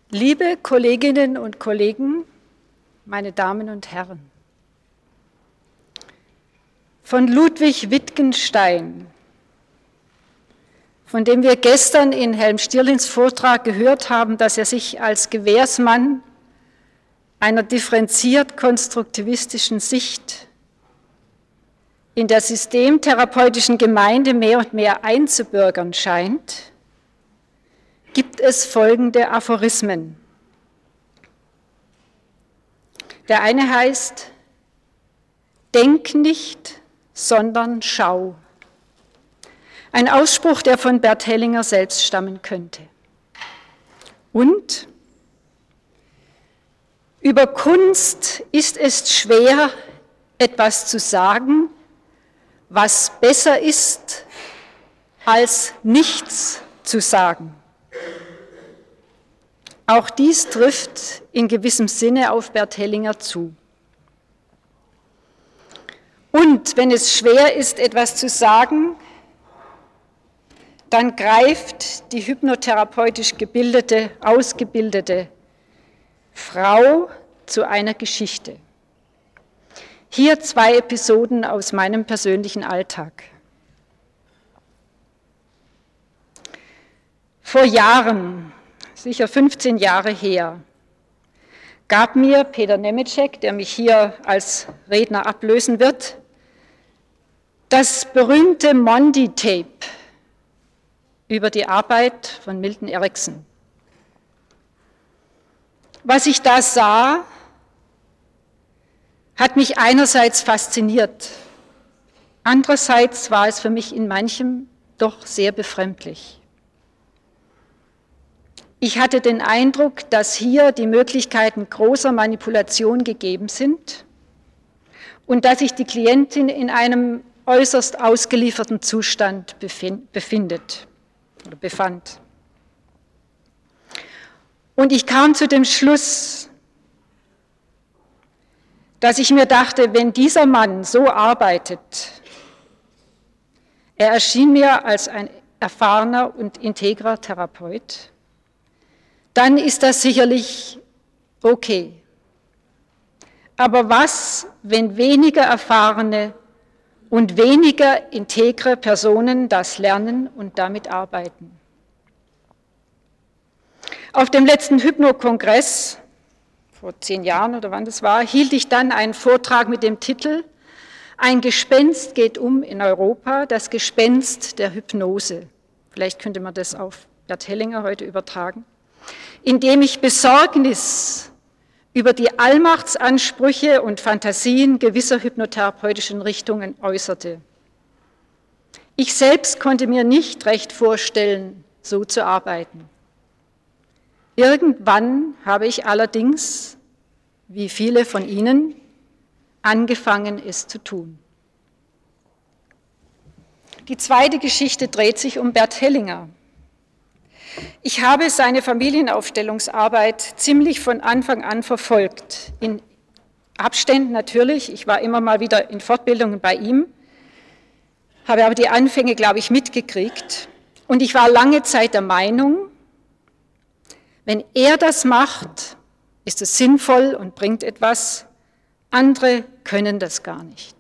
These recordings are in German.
Liebe Kolleginnen und Kollegen, meine Damen und Herren, von Ludwig Wittgenstein, von dem wir gestern in Helm Stirlins Vortrag gehört haben, dass er sich als Gewährsmann einer differenziert-konstruktivistischen Sicht in der systemtherapeutischen Gemeinde mehr und mehr einzubürgern scheint, gibt es folgende Aphorismen. Der eine heißt, denk nicht, sondern schau. Ein Ausspruch, der von Bert Hellinger selbst stammen könnte. Und über Kunst ist es schwer, etwas zu sagen, was besser ist, als nichts zu sagen. Auch dies trifft in gewissem Sinne auf Bert Hellinger zu. Und wenn es schwer ist, etwas zu sagen, dann greift die hypnotherapeutisch gebildete, ausgebildete Frau zu einer Geschichte. Hier 2 Episoden aus meinem persönlichen Alltag. Vor Jahren, sicher 15 Jahre her, gab mir Peter Nemetschek, der mich hier als Redner ablösen wird, das berühmte Mondi-Tape über die Arbeit von Milton Erickson. Was ich da sah, hat mich einerseits fasziniert, andererseits war es für mich in manchem doch sehr befremdlich. Ich hatte den Eindruck, dass hier die Möglichkeiten großer Manipulation gegeben sind und dass sich die Klientin in einem äußerst ausgelieferten Zustand befand. Und ich kam zu dem Schluss, dass ich mir dachte, wenn dieser Mann so arbeitet, er erschien mir als ein erfahrener und integrer Therapeut, dann ist das sicherlich okay. Aber was, wenn weniger erfahrene und weniger integre Personen das lernen und damit arbeiten? Auf dem letzten Hypno-Kongress, vor 10 Jahren oder wann das war, hielt ich dann einen Vortrag mit dem Titel Ein Gespenst geht um in Europa, das Gespenst der Hypnose. Vielleicht könnte man das auf Bert Hellinger heute übertragen. In dem ich Besorgnis über die Allmachtsansprüche und Fantasien gewisser hypnotherapeutischen Richtungen äußerte. Ich selbst konnte mir nicht recht vorstellen, so zu arbeiten. Irgendwann habe ich allerdings, wie viele von Ihnen, angefangen, es zu tun. Die zweite Geschichte dreht sich um Bert Hellinger. Ich habe seine Familienaufstellungsarbeit ziemlich von Anfang an verfolgt, in Abständen natürlich. Ich war immer mal wieder in Fortbildungen bei ihm, habe aber die Anfänge, glaube ich, mitgekriegt. Und ich war lange Zeit der Meinung, wenn er das macht, ist es sinnvoll und bringt etwas. Andere können das gar nicht.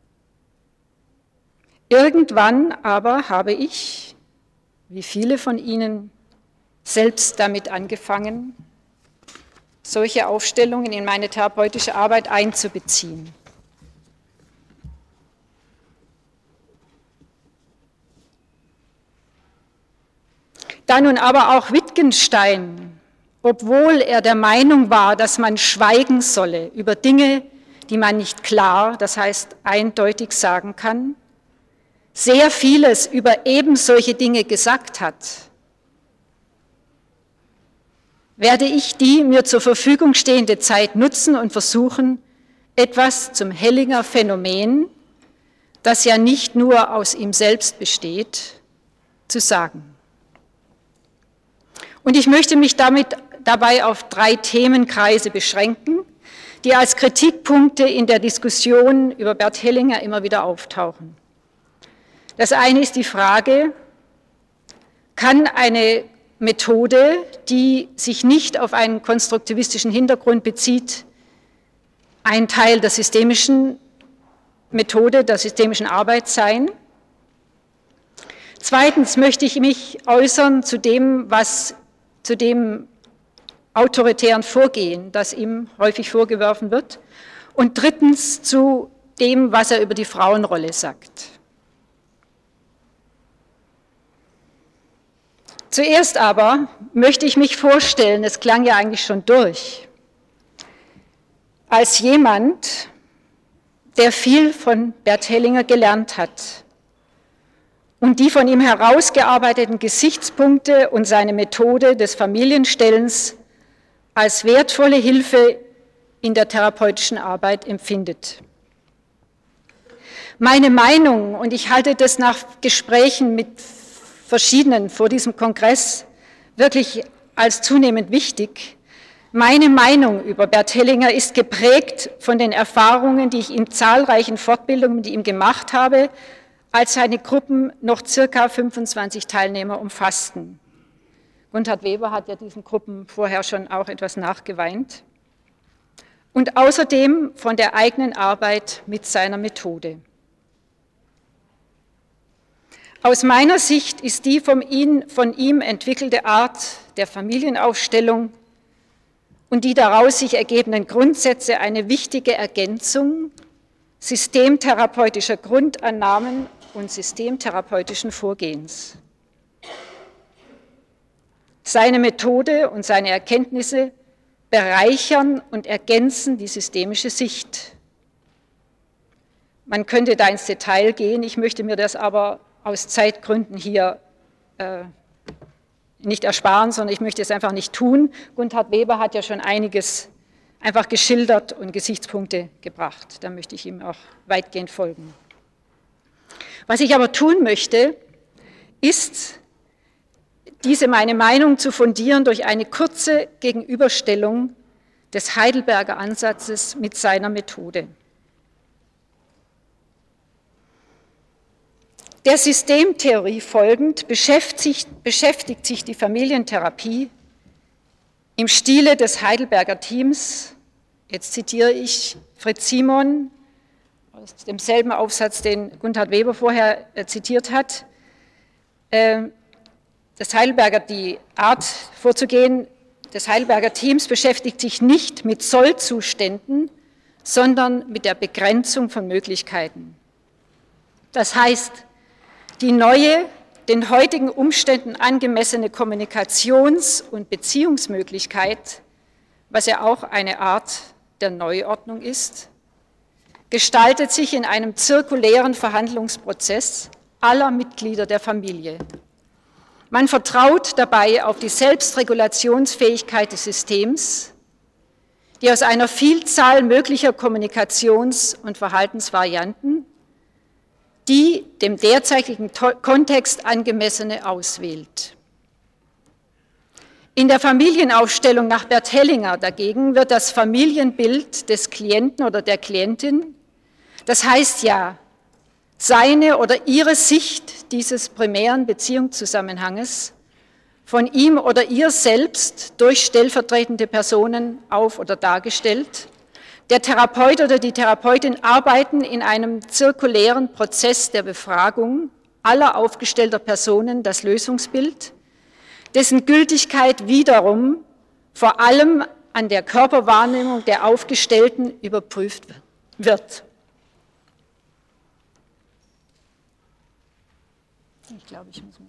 Irgendwann aber habe ich, wie viele von Ihnen, selbst damit angefangen, solche Aufstellungen in meine therapeutische Arbeit einzubeziehen. Da nun aber auch Wittgenstein, obwohl er der Meinung war, dass man schweigen solle über Dinge, die man nicht klar, das heißt eindeutig sagen kann, sehr vieles über eben solche Dinge gesagt hat, werde ich die mir zur Verfügung stehende Zeit nutzen und versuchen, etwas zum Hellinger Phänomen, das ja nicht nur aus ihm selbst besteht, zu sagen. Und ich möchte mich dabei auf 3 Themenkreise beschränken, die als Kritikpunkte in der Diskussion über Bert Hellinger immer wieder auftauchen. Das eine ist die Frage, kann eine Methode, die sich nicht auf einen konstruktivistischen Hintergrund bezieht, ein Teil der systemischen Methode, der systemischen Arbeit sein. Zweitens möchte ich mich äußern zu dem autoritären Vorgehen, das ihm häufig vorgeworfen wird. Und drittens zu dem, was er über die Frauenrolle sagt. Zuerst aber möchte ich mich vorstellen, es klang ja eigentlich schon durch, als jemand, der viel von Bert Hellinger gelernt hat und die von ihm herausgearbeiteten Gesichtspunkte und seine Methode des Familienstellens als wertvolle Hilfe in der therapeutischen Arbeit empfindet. Meine Meinung, und ich halte das nach Gesprächen mit Verschiedenen vor diesem Kongress wirklich als zunehmend wichtig, meine Meinung über Bert Hellinger ist geprägt von den Erfahrungen, die ich in zahlreichen Fortbildungen, die ihm gemacht habe, als seine Gruppen noch circa 25 Teilnehmer umfassten. Gunthard Weber hat ja diesen Gruppen vorher schon auch etwas nachgeweint. Und außerdem von der eigenen Arbeit mit seiner Methode. Aus meiner Sicht ist die von ihm entwickelte Art der Familienaufstellung und die daraus sich ergebenden Grundsätze eine wichtige Ergänzung systemtherapeutischer Grundannahmen und systemtherapeutischen Vorgehens. Seine Methode und seine Erkenntnisse bereichern und ergänzen die systemische Sicht. Man könnte da ins Detail gehen, ich möchte mir das aber aus Zeitgründen hier nicht ersparen, sondern ich möchte es einfach nicht tun. Gunthard Weber hat ja schon einiges einfach geschildert und Gesichtspunkte gebracht. Da möchte ich ihm auch weitgehend folgen. Was ich aber tun möchte, ist, diese meine Meinung zu fundieren durch eine kurze Gegenüberstellung des Heidelberger Ansatzes mit seiner Methode. Der Systemtheorie folgend beschäftigt sich die Familientherapie im Stile des Heidelberger Teams, jetzt zitiere ich Fritz Simon aus demselben Aufsatz, den Gunthard Weber vorher zitiert hat, die Art vorzugehen des Heidelberger Teams beschäftigt sich nicht mit Sollzuständen, sondern mit der Begrenzung von Möglichkeiten. Das heißt, die neue, den heutigen Umständen angemessene Kommunikations- und Beziehungsmöglichkeit, was ja auch eine Art der Neuordnung ist, gestaltet sich in einem zirkulären Verhandlungsprozess aller Mitglieder der Familie. Man vertraut dabei auf die Selbstregulationsfähigkeit des Systems, die aus einer Vielzahl möglicher Kommunikations- und Verhaltensvarianten die dem derzeitigen Kontext angemessene auswählt. In der Familienaufstellung nach Bert Hellinger dagegen wird das Familienbild des Klienten oder der Klientin, das heißt ja, seine oder ihre Sicht dieses primären Beziehungszusammenhanges von ihm oder ihr selbst durch stellvertretende Personen auf- oder dargestellt. Der Therapeut oder die Therapeutin arbeiten in einem zirkulären Prozess der Befragung aller aufgestellter Personen das Lösungsbild, dessen Gültigkeit wiederum vor allem an der Körperwahrnehmung der Aufgestellten überprüft wird. Ich glaube, ich muss mal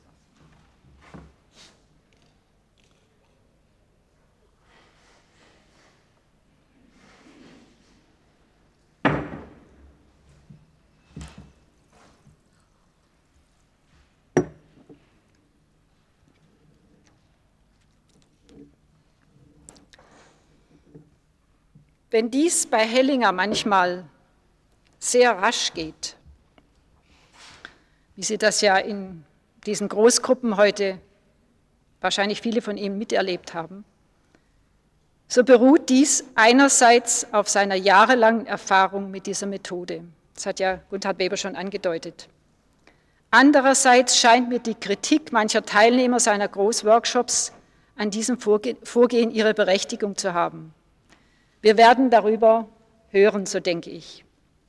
Wenn dies bei Hellinger manchmal sehr rasch geht, wie Sie das ja in diesen Großgruppen heute wahrscheinlich viele von Ihnen miterlebt haben, so beruht dies einerseits auf seiner jahrelangen Erfahrung mit dieser Methode. Das hat ja Gunthard Weber schon angedeutet. Andererseits scheint mir die Kritik mancher Teilnehmer seiner Großworkshops an diesem Vorgehen ihre Berechtigung zu haben. Wir werden darüber hören, so denke ich.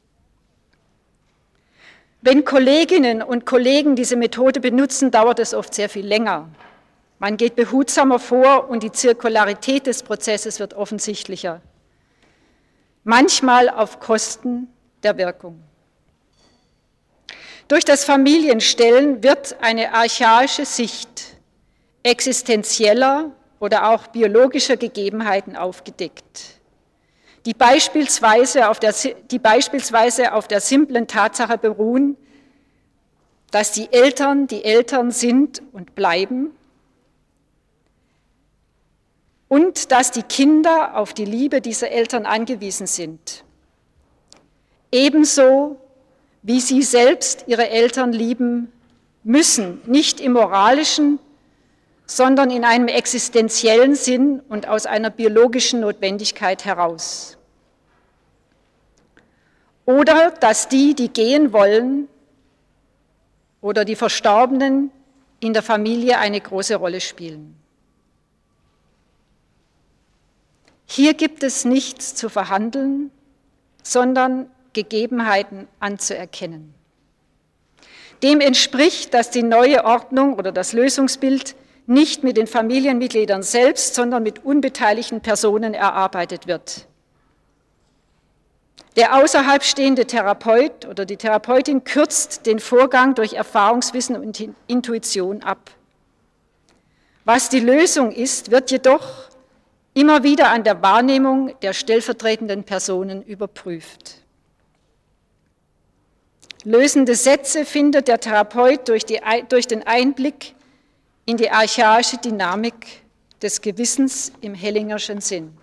Wenn Kolleginnen und Kollegen diese Methode benutzen, dauert es oft sehr viel länger. Man geht behutsamer vor und die Zirkularität des Prozesses wird offensichtlicher. Manchmal auf Kosten der Wirkung. Durch das Familienstellen wird eine archaische Sicht existenzieller oder auch biologischer Gegebenheiten aufgedeckt, die beispielsweise auf der simplen Tatsache beruhen, dass die Eltern sind und bleiben und dass die Kinder auf die Liebe dieser Eltern angewiesen sind. Ebenso wie sie selbst ihre Eltern lieben müssen, nicht im moralischen, sondern in einem existenziellen Sinn und aus einer biologischen Notwendigkeit heraus. Oder dass die gehen wollen oder die Verstorbenen in der Familie eine große Rolle spielen. Hier gibt es nichts zu verhandeln, sondern Gegebenheiten anzuerkennen. Dem entspricht, dass die neue Ordnung oder das Lösungsbild nicht mit den Familienmitgliedern selbst, sondern mit unbeteiligten Personen erarbeitet wird. Der außerhalb stehende Therapeut oder die Therapeutin kürzt den Vorgang durch Erfahrungswissen und Intuition ab. Was die Lösung ist, wird jedoch immer wieder an der Wahrnehmung der stellvertretenden Personen überprüft. Lösende Sätze findet der Therapeut durch den Einblick in die archaische Dynamik des Gewissens im Hellingerschen Sinn.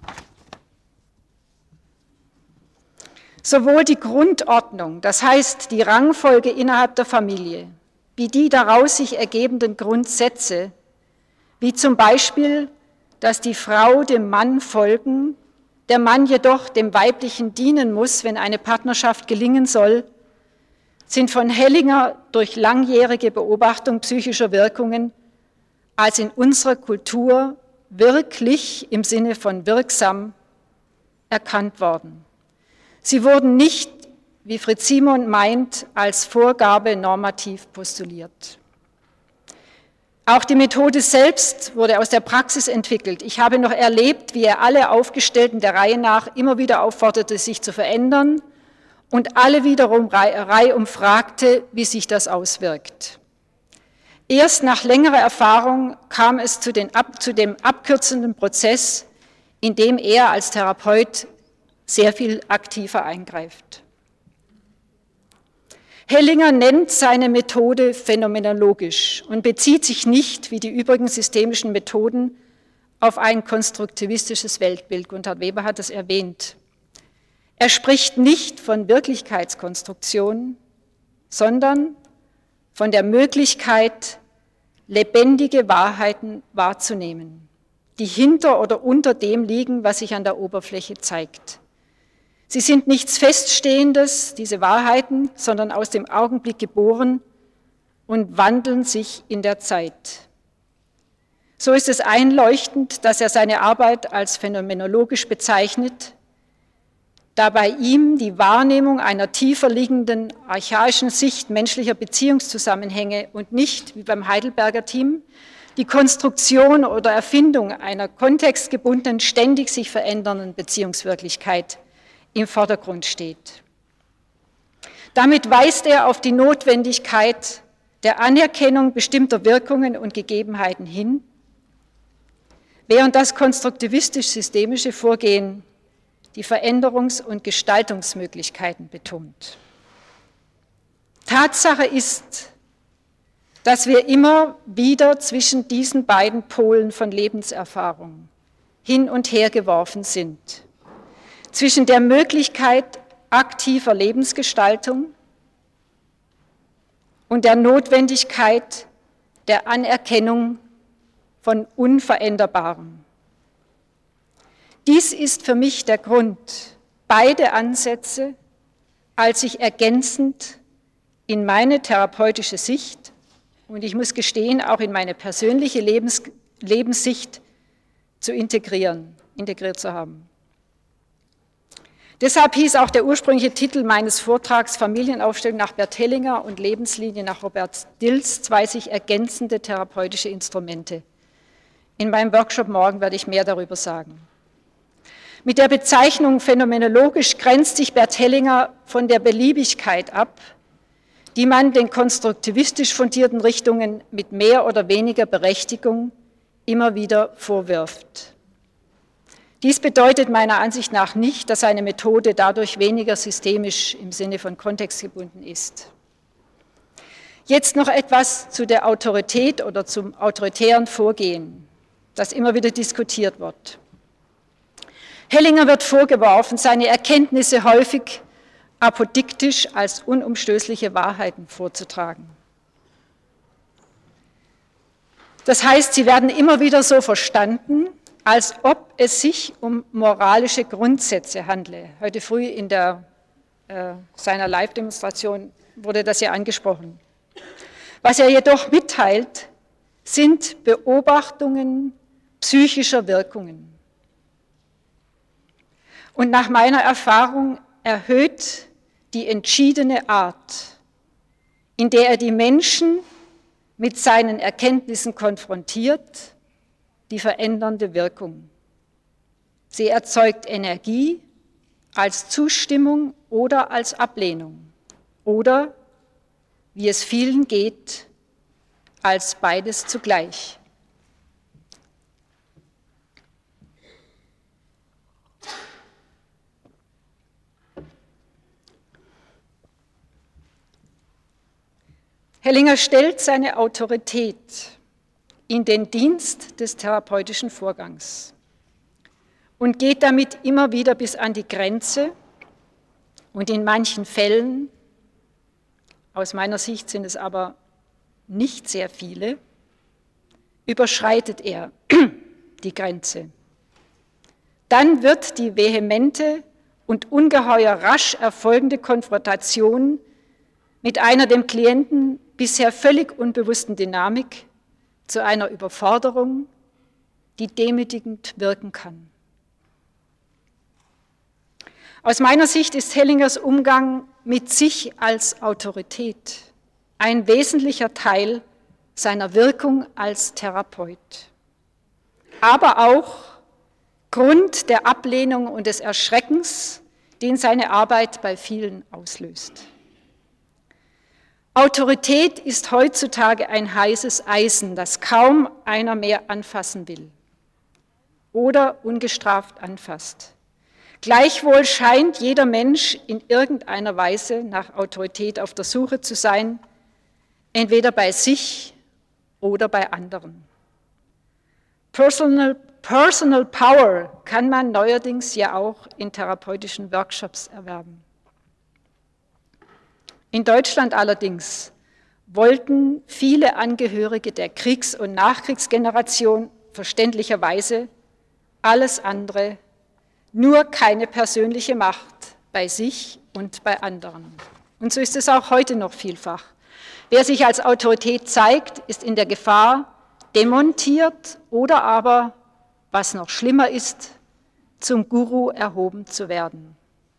Sowohl die Grundordnung, das heißt die Rangfolge innerhalb der Familie, wie die daraus sich ergebenden Grundsätze, wie zum Beispiel, dass die Frau dem Mann folgen, der Mann jedoch dem Weiblichen dienen muss, wenn eine Partnerschaft gelingen soll, sind von Hellinger durch langjährige Beobachtung psychischer Wirkungen als in unserer Kultur wirklich im Sinne von wirksam erkannt worden. Sie wurden nicht, wie Fritz Simon meint, als Vorgabe normativ postuliert. Auch die Methode selbst wurde aus der Praxis entwickelt. Ich habe noch erlebt, wie er alle Aufgestellten der Reihe nach immer wieder aufforderte, sich zu verändern und alle wiederum reihum fragte, wie sich das auswirkt. Erst nach längerer Erfahrung kam es zu dem abkürzenden Prozess, in dem er als Therapeut sehr viel aktiver eingreift. Hellinger nennt seine Methode phänomenologisch und bezieht sich nicht, wie die übrigen systemischen Methoden, auf ein konstruktivistisches Weltbild. Gunther Weber hat es erwähnt. Er spricht nicht von Wirklichkeitskonstruktion, sondern von der Möglichkeit, lebendige Wahrheiten wahrzunehmen, die hinter oder unter dem liegen, was sich an der Oberfläche zeigt. Sie sind nichts Feststehendes, diese Wahrheiten, sondern aus dem Augenblick geboren und wandeln sich in der Zeit. So ist es einleuchtend, dass er seine Arbeit als phänomenologisch bezeichnet, da bei ihm die Wahrnehmung einer tiefer liegenden archaischen Sicht menschlicher Beziehungszusammenhänge und nicht, wie beim Heidelberger Team, die Konstruktion oder Erfindung einer kontextgebundenen, ständig sich verändernden Beziehungswirklichkeit im Vordergrund steht. Damit weist er auf die Notwendigkeit der Anerkennung bestimmter Wirkungen und Gegebenheiten hin, während das konstruktivistisch-systemische Vorgehen die Veränderungs- und Gestaltungsmöglichkeiten betont. Tatsache ist, dass wir immer wieder zwischen diesen beiden Polen von Lebenserfahrung hin und her geworfen sind. Zwischen der Möglichkeit aktiver Lebensgestaltung und der Notwendigkeit der Anerkennung von Unveränderbarem. Dies ist für mich der Grund, beide Ansätze als sich ergänzend in meine therapeutische Sicht und ich muss gestehen, auch in meine persönliche Lebenssicht integriert zu haben. Deshalb hieß auch der ursprüngliche Titel meines Vortrags Familienaufstellung nach Bert Hellinger und Lebenslinie nach Robert Dills, 2 sich ergänzende therapeutische Instrumente. In meinem Workshop morgen werde ich mehr darüber sagen. Mit der Bezeichnung phänomenologisch grenzt sich Bert Hellinger von der Beliebigkeit ab, die man den konstruktivistisch fundierten Richtungen mit mehr oder weniger Berechtigung immer wieder vorwirft. Dies bedeutet meiner Ansicht nach nicht, dass eine Methode dadurch weniger systemisch im Sinne von kontextgebunden ist. Jetzt noch etwas zu der Autorität oder zum autoritären Vorgehen, das immer wieder diskutiert wird. Hellinger wird vorgeworfen, seine Erkenntnisse häufig apodiktisch als unumstößliche Wahrheiten vorzutragen. Das heißt, sie werden immer wieder so verstanden, als ob es sich um moralische Grundsätze handle. Heute früh in seiner Live-Demonstration wurde das ja angesprochen. Was er jedoch mitteilt, sind Beobachtungen psychischer Wirkungen. Und nach meiner Erfahrung erhöht die entschiedene Art, in der er die Menschen mit seinen Erkenntnissen konfrontiert, die verändernde Wirkung. Sie erzeugt Energie als Zustimmung oder als Ablehnung oder, wie es vielen geht, als beides zugleich. Hellinger stellt seine Autorität in den Dienst des therapeutischen Vorgangs und geht damit immer wieder bis an die Grenze und in manchen Fällen, aus meiner Sicht sind es aber nicht sehr viele, überschreitet er die Grenze. Dann wird die vehemente und ungeheuer rasch erfolgende Konfrontation mit einer dem Klienten bisher völlig unbewussten Dynamik zu einer Überforderung, die demütigend wirken kann. Aus meiner Sicht ist Hellingers Umgang mit sich als Autorität ein wesentlicher Teil seiner Wirkung als Therapeut, aber auch Grund der Ablehnung und des Erschreckens, den seine Arbeit bei vielen auslöst. Autorität ist heutzutage ein heißes Eisen, das kaum einer mehr anfassen will oder ungestraft anfasst. Gleichwohl scheint jeder Mensch in irgendeiner Weise nach Autorität auf der Suche zu sein, entweder bei sich oder bei anderen. Personal Power kann man neuerdings ja auch in therapeutischen Workshops erwerben. In Deutschland allerdings wollten viele Angehörige der Kriegs- und Nachkriegsgeneration verständlicherweise alles andere, nur keine persönliche Macht bei sich und bei anderen. Und so ist es auch heute noch vielfach. Wer sich als Autorität zeigt, ist in der Gefahr, demontiert oder aber, was noch schlimmer ist, zum Guru erhoben zu werden.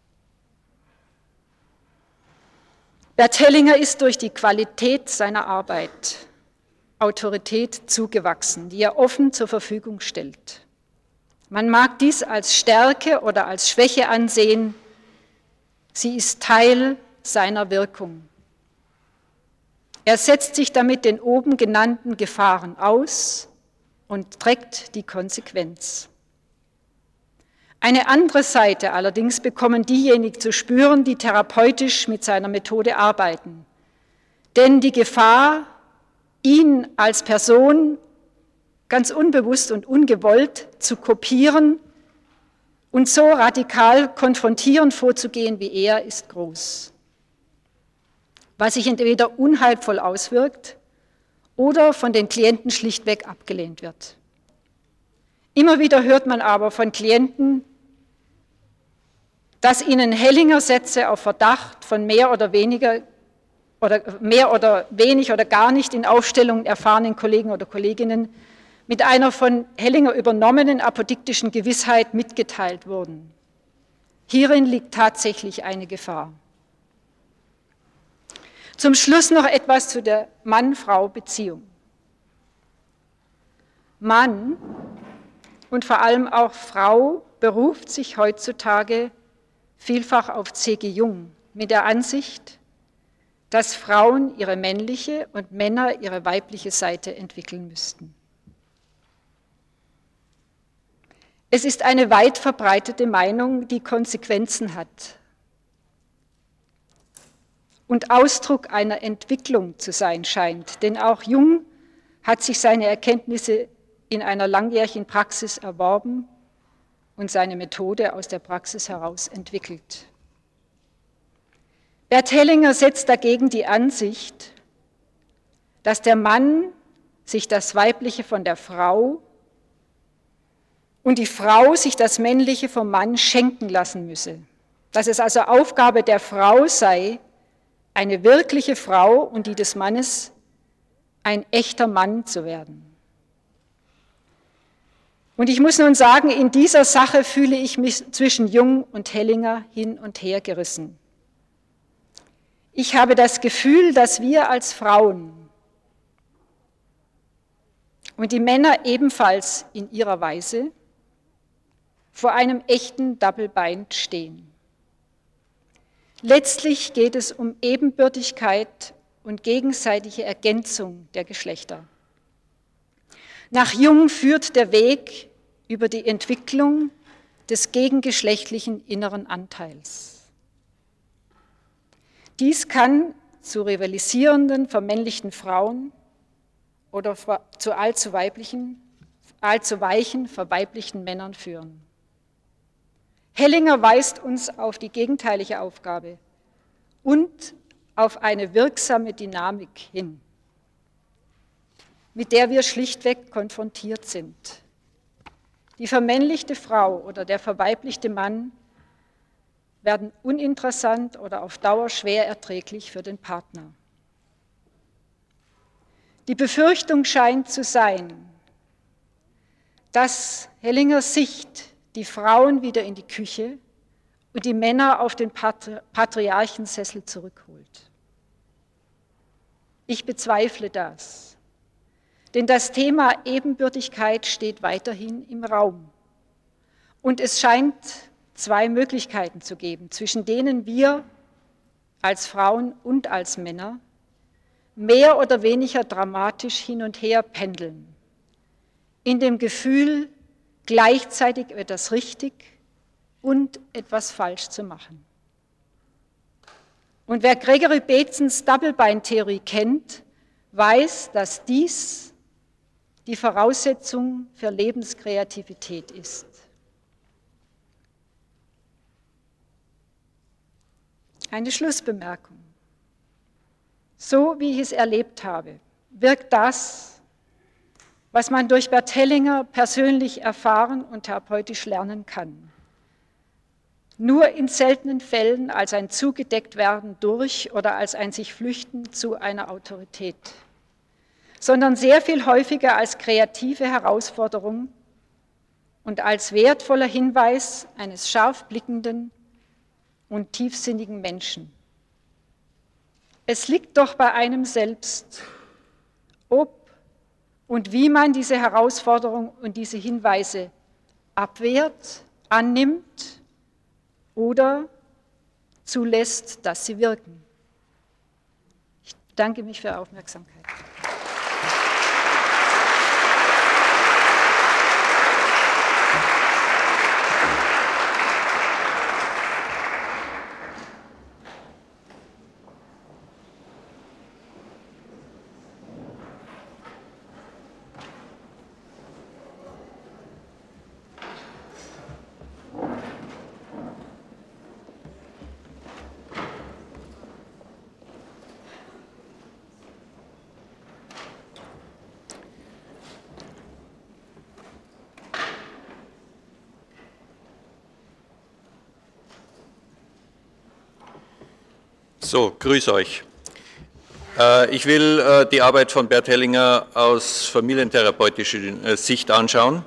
Bert Hellinger ist durch die Qualität seiner Arbeit Autorität zugewachsen, die er offen zur Verfügung stellt. Man mag dies als Stärke oder als Schwäche ansehen, sie ist Teil seiner Wirkung. Er setzt sich damit den oben genannten Gefahren aus und trägt die Konsequenz. Eine andere Seite allerdings bekommen diejenigen zu spüren, die therapeutisch mit seiner Methode arbeiten. Denn die Gefahr, ihn als Person ganz unbewusst und ungewollt zu kopieren und so radikal konfrontierend vorzugehen wie er, ist groß. Was sich entweder unheilvoll auswirkt oder von den Klienten schlichtweg abgelehnt wird. Immer wieder hört man aber von Klienten, dass ihnen Hellinger Sätze auf Verdacht von mehr oder weniger oder mehr oder wenig oder gar nicht in Aufstellungen erfahrenen Kollegen oder Kolleginnen mit einer von Hellinger übernommenen apodiktischen Gewissheit mitgeteilt wurden. Hierin liegt tatsächlich eine Gefahr. Zum Schluss noch etwas zu der Mann-Frau-Beziehung. Mann und vor allem auch Frau beruft sich heutzutage vielfach auf C.G. Jung mit der Ansicht, dass Frauen ihre männliche und Männer ihre weibliche Seite entwickeln müssten. Es ist eine weit verbreitete Meinung, die Konsequenzen hat und Ausdruck einer Entwicklung zu sein scheint, denn auch Jung hat sich seine Erkenntnisse in einer langjährigen Praxis erworben und seine Methode aus der Praxis heraus entwickelt. Bert Hellinger setzt dagegen die Ansicht, dass der Mann sich das Weibliche von der Frau und die Frau sich das Männliche vom Mann schenken lassen müsse. Dass es also Aufgabe der Frau sei, eine wirkliche Frau und die des Mannes ein echter Mann zu werden. Und ich muss nun sagen, in dieser Sache fühle ich mich zwischen Jung und Hellinger hin und her gerissen. Ich habe das Gefühl, dass wir als Frauen und die Männer ebenfalls in ihrer Weise vor einem echten Double Bind stehen. Letztlich geht es um Ebenbürtigkeit und gegenseitige Ergänzung der Geschlechter. Nach Jung führt der Weg über die Entwicklung des gegengeschlechtlichen inneren Anteils. Dies kann zu rivalisierenden, vermännlichten Frauen oder zu allzu weichen, verweiblichten Männern führen. Hellinger weist uns auf die gegenteilige Aufgabe und auf eine wirksame Dynamik hin, mit der wir schlichtweg konfrontiert sind. Die vermännlichte Frau oder der verweiblichte Mann werden uninteressant oder auf Dauer schwer erträglich für den Partner. Die Befürchtung scheint zu sein, dass Hellingers Sicht die Frauen wieder in die Küche und die Männer auf den Patriarchensessel zurückholt. Ich bezweifle das, denn das Thema Ebenbürtigkeit steht weiterhin im Raum. Und es scheint zwei Möglichkeiten zu geben, zwischen denen wir als Frauen und als Männer mehr oder weniger dramatisch hin und her pendeln, in dem Gefühl, gleichzeitig etwas richtig und etwas falsch zu machen. Und wer Gregory Batesons Double-Bind-Theorie kennt, weiß, dass dies die Voraussetzung für Lebenskreativität ist. Eine Schlussbemerkung. So wie ich es erlebt habe, wirkt das, was man durch Bert Hellinger persönlich erfahren und therapeutisch lernen kann, nur in seltenen Fällen als ein Zugedecktwerden durch oder als ein sich flüchten zu einer Autorität, sondern sehr viel häufiger als kreative Herausforderung und als wertvoller Hinweis eines scharf blickenden und tiefsinnigen Menschen. Es liegt doch bei einem selbst, ob und wie man diese Herausforderung und diese Hinweise abwehrt, annimmt oder zulässt, dass sie wirken. Ich bedanke mich für Ihre Aufmerksamkeit. So, grüß euch. Ich will die Arbeit von Bert Hellinger aus familientherapeutischer Sicht anschauen.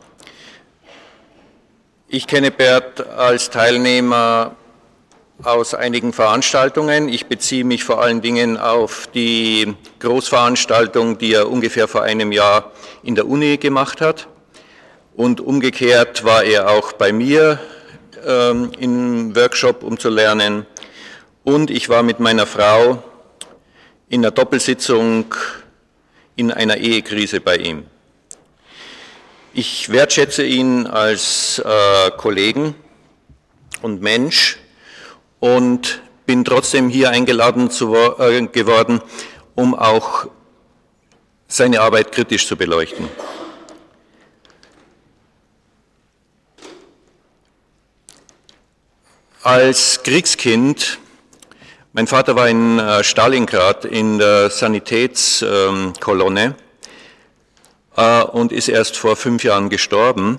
Ich kenne Bert als Teilnehmer aus einigen Veranstaltungen. Ich beziehe mich vor allen Dingen auf die Großveranstaltung, die er ungefähr vor einem Jahr in der Uni gemacht hat. Und umgekehrt war er auch bei mir im Workshop, um zu lernen. Und ich war mit meiner Frau in einer Doppelsitzung in einer Ehekrise bei ihm. Ich wertschätze ihn als Kollegen und Mensch und bin trotzdem hier eingeladen geworden, um auch seine Arbeit kritisch zu beleuchten. Als Kriegskind, mein Vater war in Stalingrad in der Sanitätskolonne und ist erst vor 5 Jahren gestorben.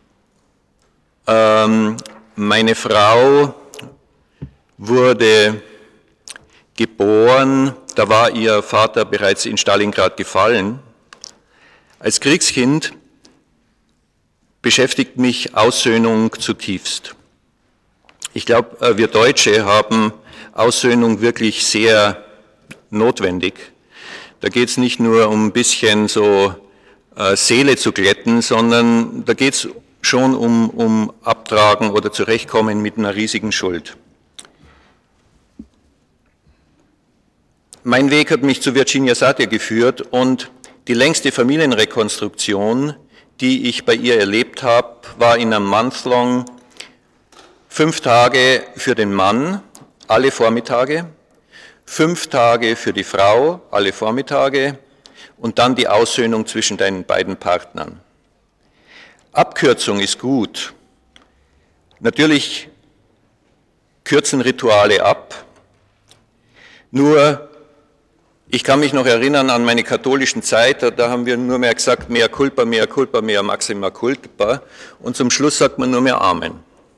Meine Frau wurde geboren, da war ihr Vater bereits in Stalingrad gefallen. Als Kriegskind beschäftigt mich Aussöhnung zutiefst. Ich glaube, wir Deutsche haben Aussöhnung wirklich sehr notwendig. Da geht es nicht nur um ein bisschen so Seele zu glätten, sondern da geht es schon um Abtragen oder Zurechtkommen mit einer riesigen Schuld. Mein Weg hat mich zu Virginia Satir geführt und die längste Familienrekonstruktion, die ich bei ihr erlebt habe, war in einem Month-long 5 Tage für den Mann, alle Vormittage, 5 Tage für die Frau, alle Vormittage und dann die Aussöhnung zwischen den beiden Partnern. Abkürzung ist gut. Natürlich kürzen Rituale ab. Nur, ich kann mich noch erinnern an meine katholischen Zeit, da haben wir nur mehr gesagt, mea culpa, mea maxima culpa und zum Schluss sagt man nur mehr Amen.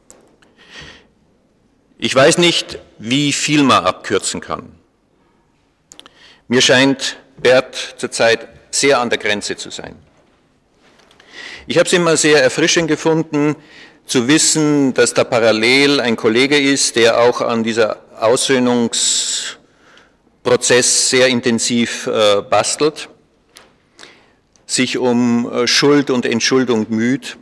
Ich weiß nicht, wie viel man abkürzen kann. Mir scheint Bert zurzeit sehr an der Grenze zu sein. Ich habe es immer sehr erfrischend gefunden, zu wissen, dass da parallel ein Kollege ist, der auch an dieser Aussöhnungsprozess sehr intensiv bastelt, sich um Schuld und Entschuldung müht.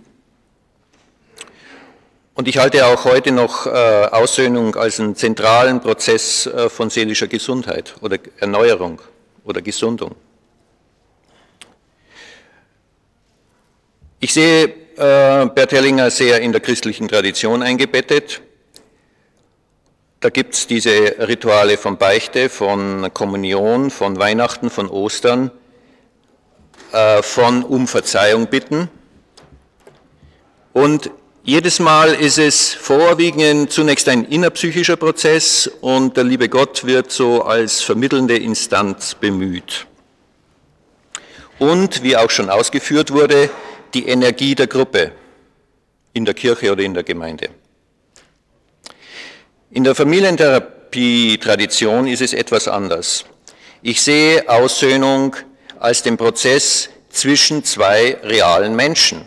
Und ich halte auch heute noch Aussöhnung als einen zentralen Prozess von seelischer Gesundheit oder Erneuerung oder Gesundung. Ich sehe Bert Hellinger sehr in der christlichen Tradition eingebettet. Da gibt es diese Rituale von Beichte, von Kommunion, von Weihnachten, von Ostern, von um Verzeihung bitten. Und jedes Mal ist es vorwiegend zunächst ein innerpsychischer Prozess und der liebe Gott wird so als vermittelnde Instanz bemüht. Und, wie auch schon ausgeführt wurde, die Energie der Gruppe in der Kirche oder in der Gemeinde. In der Familientherapie-Tradition ist es etwas anders. Ich sehe Aussöhnung als den Prozess zwischen 2 realen Menschen.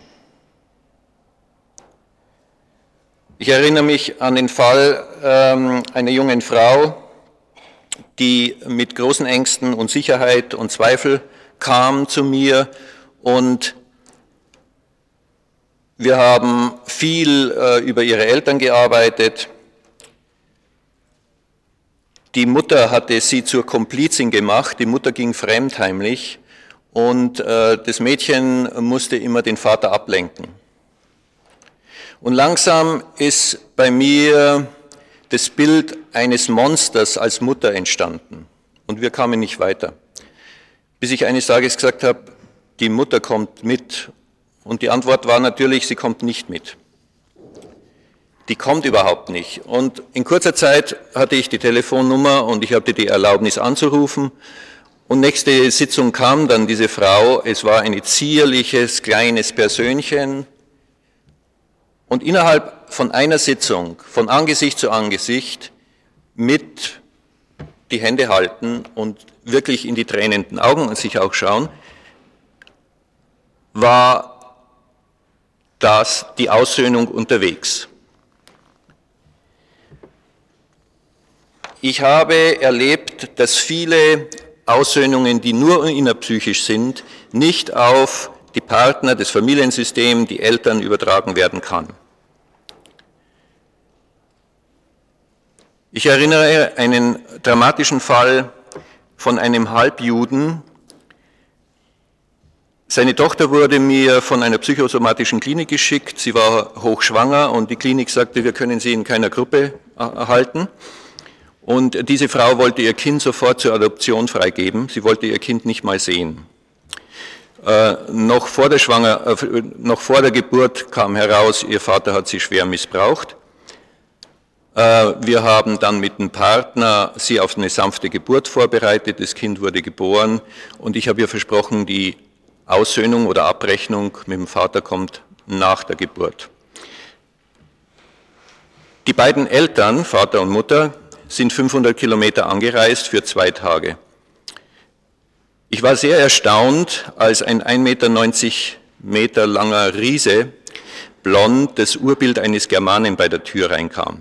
Ich erinnere mich an den Fall einer jungen Frau, die mit großen Ängsten und Sicherheit und Zweifel kam zu mir und wir haben viel über ihre Eltern gearbeitet. Die Mutter hatte sie zur Komplizin gemacht, die Mutter ging fremdheimlich und das Mädchen musste immer den Vater ablenken. Und langsam ist bei mir das Bild eines Monsters als Mutter entstanden. Und wir kamen nicht weiter. Bis ich eines Tages gesagt habe, die Mutter kommt mit. Und die Antwort war natürlich, sie kommt nicht mit. Die kommt überhaupt nicht. Und in kurzer Zeit hatte ich die Telefonnummer und ich hatte die Erlaubnis anzurufen. Und nächste Sitzung kam dann diese Frau. Es war ein zierliches, kleines Persönchen. Und innerhalb von einer Sitzung, von Angesicht zu Angesicht, mit die Hände halten und wirklich in die tränenden Augen und sich auch schauen, war das die Aussöhnung unterwegs. Ich habe erlebt, dass viele Aussöhnungen, die nur innerpsychisch sind, nicht auf die Partner, das Familiensystem, die Eltern übertragen werden kann. Ich erinnere einen dramatischen Fall von einem Halbjuden. Seine Tochter wurde mir von einer psychosomatischen Klinik geschickt. Sie war hochschwanger und die Klinik sagte, wir können sie in keiner Gruppe halten. Und diese Frau wollte ihr Kind sofort zur Adoption freigeben. Sie wollte ihr Kind nicht mal sehen. Noch vor der Geburt kam heraus, ihr Vater hat sie schwer missbraucht. Wir haben dann mit dem Partner sie auf eine sanfte Geburt vorbereitet. Das Kind wurde geboren und ich habe ihr versprochen, die Aussöhnung oder Abrechnung mit dem Vater kommt nach der Geburt. Die beiden Eltern, Vater und Mutter, sind 500 Kilometer angereist für 2 Tage. Ich war sehr erstaunt, als ein 1,90 Meter langer Riese, blond, das Urbild eines Germanen bei der Tür reinkam.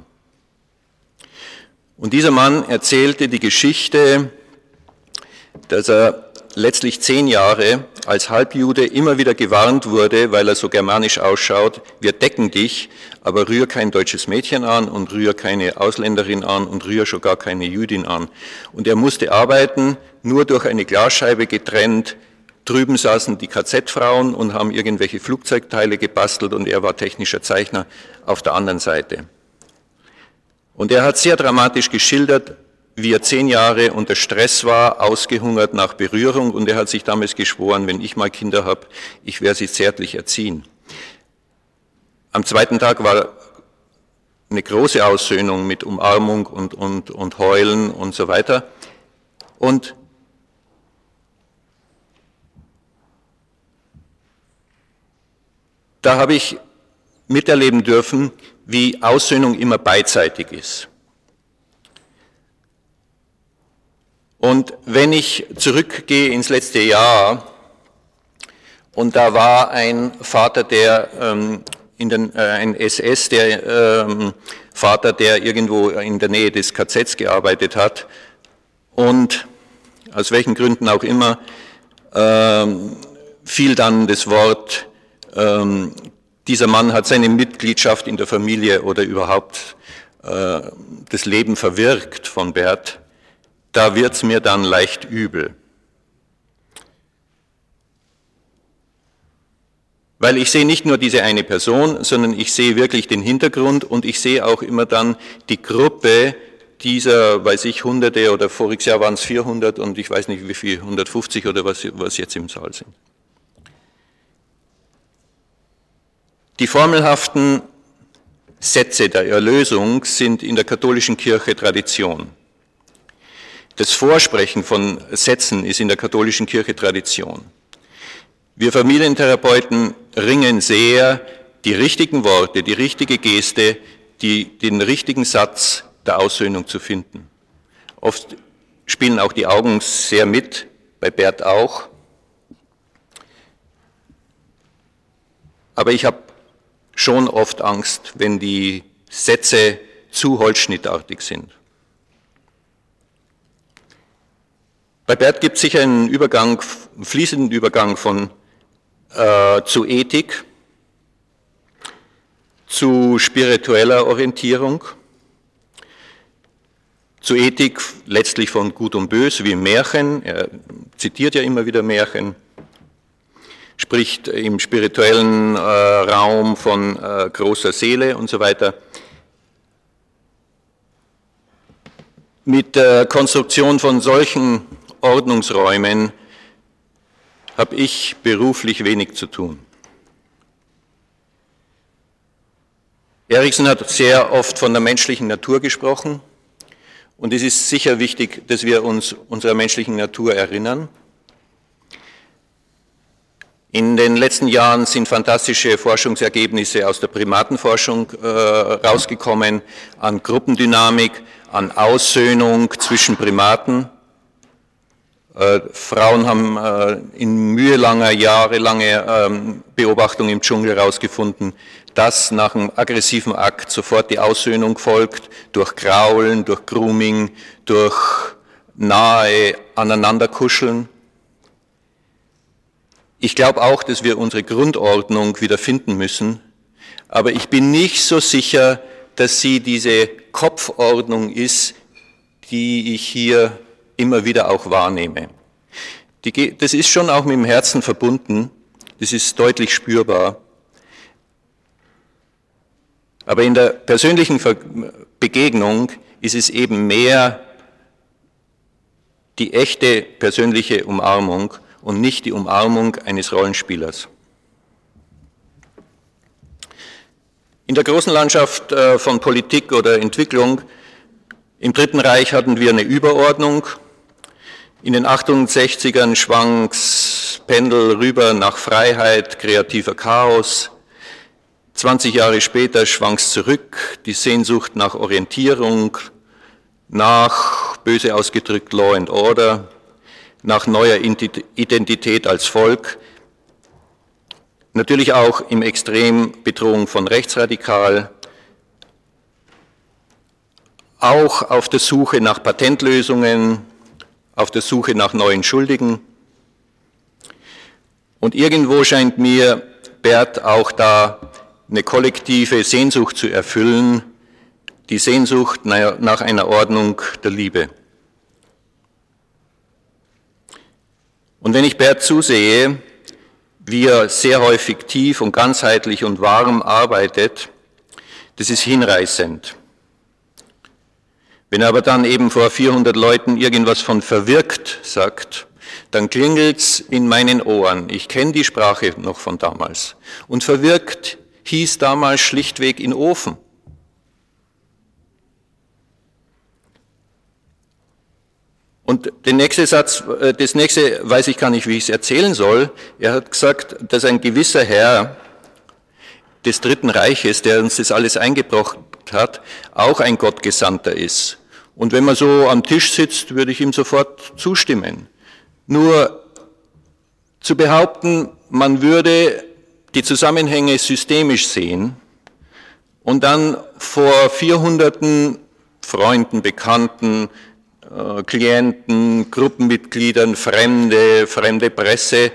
Und dieser Mann erzählte die Geschichte, dass er letztlich 10 Jahre als Halbjude immer wieder gewarnt wurde, weil er so germanisch ausschaut, wir decken dich, aber rühr kein deutsches Mädchen an und rühr keine Ausländerin an und rühr schon gar keine Jüdin an. Und er musste arbeiten, nur durch eine Glasscheibe getrennt. Drüben saßen die KZ-Frauen und haben irgendwelche Flugzeugteile gebastelt und er war technischer Zeichner auf der anderen Seite. Und er hat sehr dramatisch geschildert, wie er 10 Jahre unter Stress war, ausgehungert nach Berührung und er hat sich damals geschworen, wenn ich mal Kinder habe, ich werde sie zärtlich erziehen. Am 2. Tag war eine große Aussöhnung mit Umarmung und Heulen und so weiter. Und da habe ich miterleben dürfen, wie Aussöhnung immer beidseitig ist. Und wenn ich zurückgehe ins letzte Jahr, und da war ein Vater, ein SS, Vater, der irgendwo in der Nähe des KZs gearbeitet hat, und aus welchen Gründen auch immer, fiel dann das Wort, dieser Mann hat seine Mitgliedschaft in der Familie oder überhaupt das Leben verwirkt von Bert. Da wird's mir dann leicht übel. Weil ich sehe nicht nur diese eine Person, sondern ich sehe wirklich den Hintergrund und ich sehe auch immer dann die Gruppe dieser, weiß ich, Hunderte oder voriges Jahr waren es 400 und ich weiß nicht wie viel, 150 oder was jetzt im Saal sind. Die formelhaften Sätze der Erlösung sind in der katholischen Kirche Tradition. Das Vorsprechen von Sätzen ist in der katholischen Kirche Tradition. Wir Familientherapeuten ringen sehr, die richtigen Worte, die richtige Geste, den richtigen Satz der Aussöhnung zu finden. Oft spielen auch die Augen sehr mit, bei Bert auch. Aber ich habe schon oft Angst, wenn die Sätze zu holzschnittartig sind. Bei Bert gibt es sicher einen fließenden Übergang zu Ethik, zu spiritueller Orientierung, zu Ethik letztlich von Gut und Böse wie im Märchen, er zitiert ja immer wieder Märchen, spricht im spirituellen Raum von großer Seele und so weiter. Mit der Konstruktion von solchen Ordnungsräumen habe ich beruflich wenig zu tun. Erikson hat sehr oft von der menschlichen Natur gesprochen und es ist sicher wichtig, dass wir uns unserer menschlichen Natur erinnern. In den letzten Jahren sind fantastische Forschungsergebnisse aus der Primatenforschung rausgekommen, an Gruppendynamik, an Aussöhnung zwischen Primaten. Frauen haben in jahrelange Beobachtung im Dschungel herausgefunden, dass nach einem aggressiven Akt sofort die Aussöhnung folgt, durch Kraulen, durch Grooming, durch nahe Aneinanderkuscheln. Ich glaube auch, dass wir unsere Grundordnung wieder finden müssen, aber ich bin nicht so sicher, dass sie diese Kopfordnung ist, die ich hier immer wieder auch wahrnehme. Das ist schon auch mit dem Herzen verbunden, das ist deutlich spürbar. Aber in der persönlichen Begegnung ist es eben mehr die echte persönliche Umarmung und nicht die Umarmung eines Rollenspielers. In der großen Landschaft von Politik oder Entwicklung im Dritten Reich hatten wir eine Überordnung. In den 68ern schwang das Pendel rüber nach Freiheit, kreativer Chaos. 20 Jahre später schwang es zurück, die Sehnsucht nach Orientierung, nach, böse ausgedrückt, Law and Order, nach neuer Identität als Volk. Natürlich auch im Extrem Bedrohung von Rechtsradikal, auch auf der Suche nach Patentlösungen, auf der Suche nach neuen Schuldigen. Und irgendwo scheint mir Bert auch da eine kollektive Sehnsucht zu erfüllen, die Sehnsucht nach einer Ordnung der Liebe. Und wenn ich Bert zusehe, wie er sehr häufig tief und ganzheitlich und warm arbeitet, das ist hinreißend. Wenn er aber dann eben vor 400 Leuten irgendwas von verwirkt sagt, dann klingelt's in meinen Ohren. Ich kenne die Sprache noch von damals. Und verwirkt hieß damals schlichtweg in Ofen. Und den nächsten Satz, das nächste weiß ich gar nicht, wie ich es erzählen soll. Er hat gesagt, dass ein gewisser Herr des Dritten Reiches, der uns das alles eingebracht hat, auch ein Gottgesandter ist. Und wenn man so am Tisch sitzt, würde ich ihm sofort zustimmen. Nur zu behaupten, man würde die Zusammenhänge systemisch sehen und dann vor 400 Freunden, Bekannten, Klienten, Gruppenmitgliedern, fremde Presse,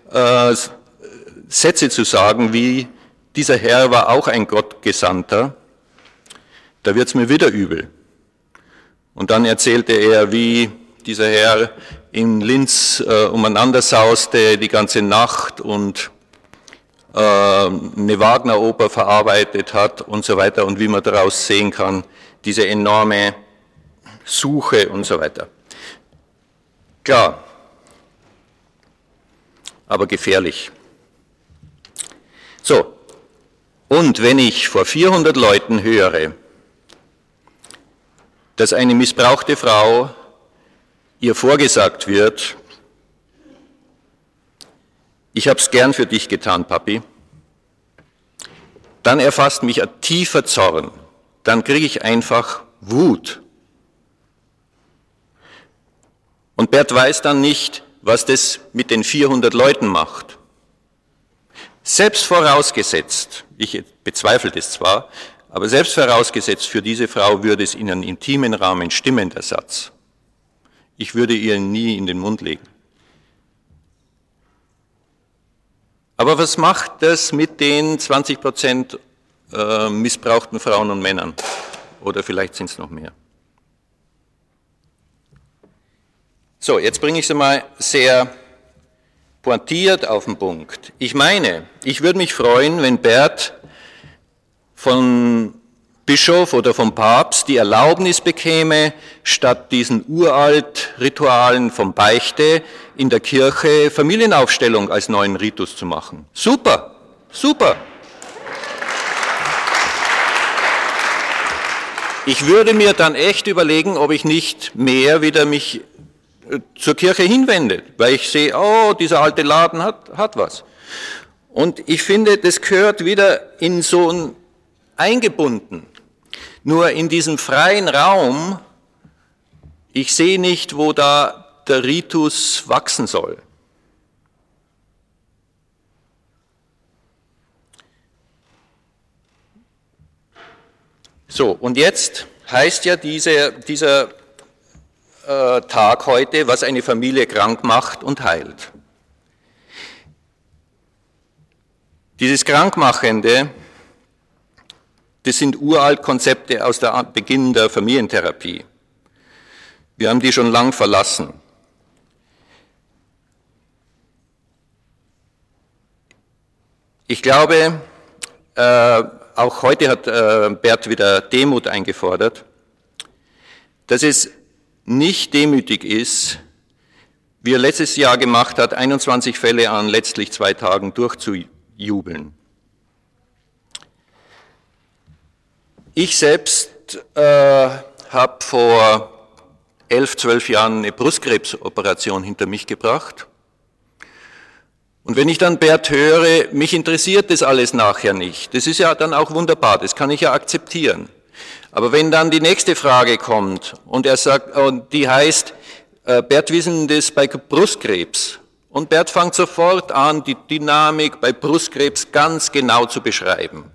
Sätze zu sagen, wie dieser Herr war auch ein Gottgesandter, da wird's mir wieder übel. Und dann erzählte er, wie dieser Herr in Linz umeinander sauste die ganze Nacht und eine Wagner-Oper verarbeitet hat und so weiter und wie man daraus sehen kann, diese enorme Suche und so weiter. Klar, aber gefährlich. So, und wenn ich vor 400 Leuten höre, dass eine missbrauchte Frau ihr vorgesagt wird, ich hab's gern für dich getan, Papi, dann erfasst mich ein tiefer Zorn, dann kriege ich einfach Wut. Und Bert weiß dann nicht, was das mit den 400 Leuten macht. Selbst vorausgesetzt, ich bezweifle das zwar, aber selbst vorausgesetzt, für diese Frau würde es in einem intimen Rahmen stimmen, der Satz. Ich würde ihr nie in den Mund legen. Aber was macht das mit den 20% missbrauchten Frauen und Männern? Oder vielleicht sind es noch mehr. So, jetzt bringe ich es mal sehr pointiert auf den Punkt. Ich meine, ich würde mich freuen, wenn Bert vom Bischof oder vom Papst die Erlaubnis bekäme, statt diesen uralt Ritualen vom Beichte in der Kirche Familienaufstellung als neuen Ritus zu machen. Super, super. Ich würde mir dann echt überlegen, ob ich nicht mehr wieder mich zur Kirche hinwende, weil ich sehe, oh, dieser alte Laden hat was. Und ich finde, das gehört wieder in so ein eingebunden. Nur in diesem freien Raum, ich sehe nicht, wo da der Ritus wachsen soll. So, und jetzt heißt ja dieser Tag heute, was eine Familie krank macht und heilt. Dieses Krankmachende, das sind uralt Konzepte aus der Beginn der Familientherapie. Wir haben die schon lang verlassen. Ich glaube, auch heute hat Bert wieder Demut eingefordert, dass es nicht demütig ist, wie er letztes Jahr gemacht hat, 21 Fälle an letztlich 2 Tagen durchzujubeln. Ich selbst habe vor 11, 12 Jahren eine Brustkrebsoperation hinter mich gebracht. Und wenn ich dann Bert höre, mich interessiert das alles nachher nicht. Das ist ja dann auch wunderbar, das kann ich ja akzeptieren. Aber wenn dann die nächste Frage kommt und er sagt, und die heißt, Bert, wie ist denn das bei Brustkrebs? Und Bert fängt sofort an, die Dynamik bei Brustkrebs ganz genau zu beschreiben.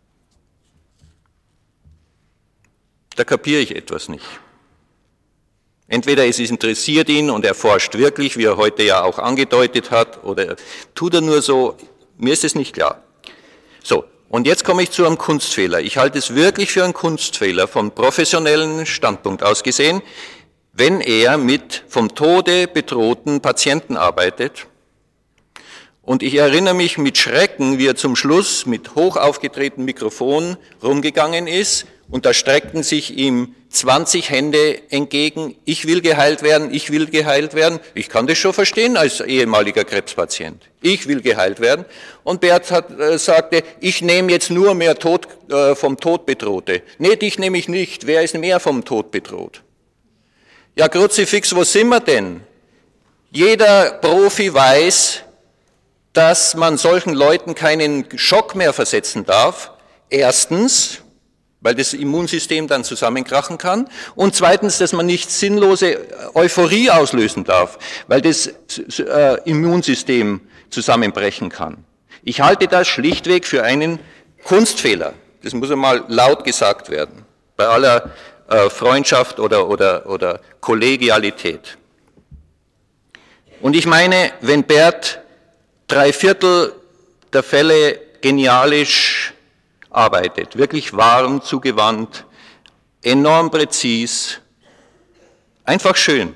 Da kapiere ich etwas nicht. Entweder es interessiert ihn und er forscht wirklich, wie er heute ja auch angedeutet hat, oder tut er nur so, mir ist es nicht klar. So, und jetzt komme ich zu einem Kunstfehler. Ich halte es wirklich für einen Kunstfehler, vom professionellen Standpunkt aus gesehen, wenn er mit vom Tode bedrohten Patienten arbeitet. Und ich erinnere mich mit Schrecken, wie er zum Schluss mit hoch aufgetretenem Mikrofon rumgegangen ist, und da streckten sich ihm 20 Hände entgegen, ich will geheilt werden, ich will geheilt werden. Ich kann das schon verstehen als ehemaliger Krebspatient. Ich will geheilt werden. Und Bert sagte, ich nehme jetzt nur mehr vom Tod Bedrohte. Nee, dich nehme ich nicht. Wer ist mehr vom Tod bedroht? Ja, Kruzifix, wo sind wir denn? Jeder Profi weiß, dass man solchen Leuten keinen Schock mehr versetzen darf. Erstens, weil das Immunsystem dann zusammenkrachen kann. Und zweitens, dass man nicht sinnlose Euphorie auslösen darf, weil das Immunsystem zusammenbrechen kann. Ich halte das schlichtweg für einen Kunstfehler. Das muss einmal laut gesagt werden, bei aller Freundschaft oder Kollegialität. Und ich meine, wenn Bert 3/4 der Fälle genialisch arbeitet, wirklich warm, zugewandt, enorm präzis, einfach schön.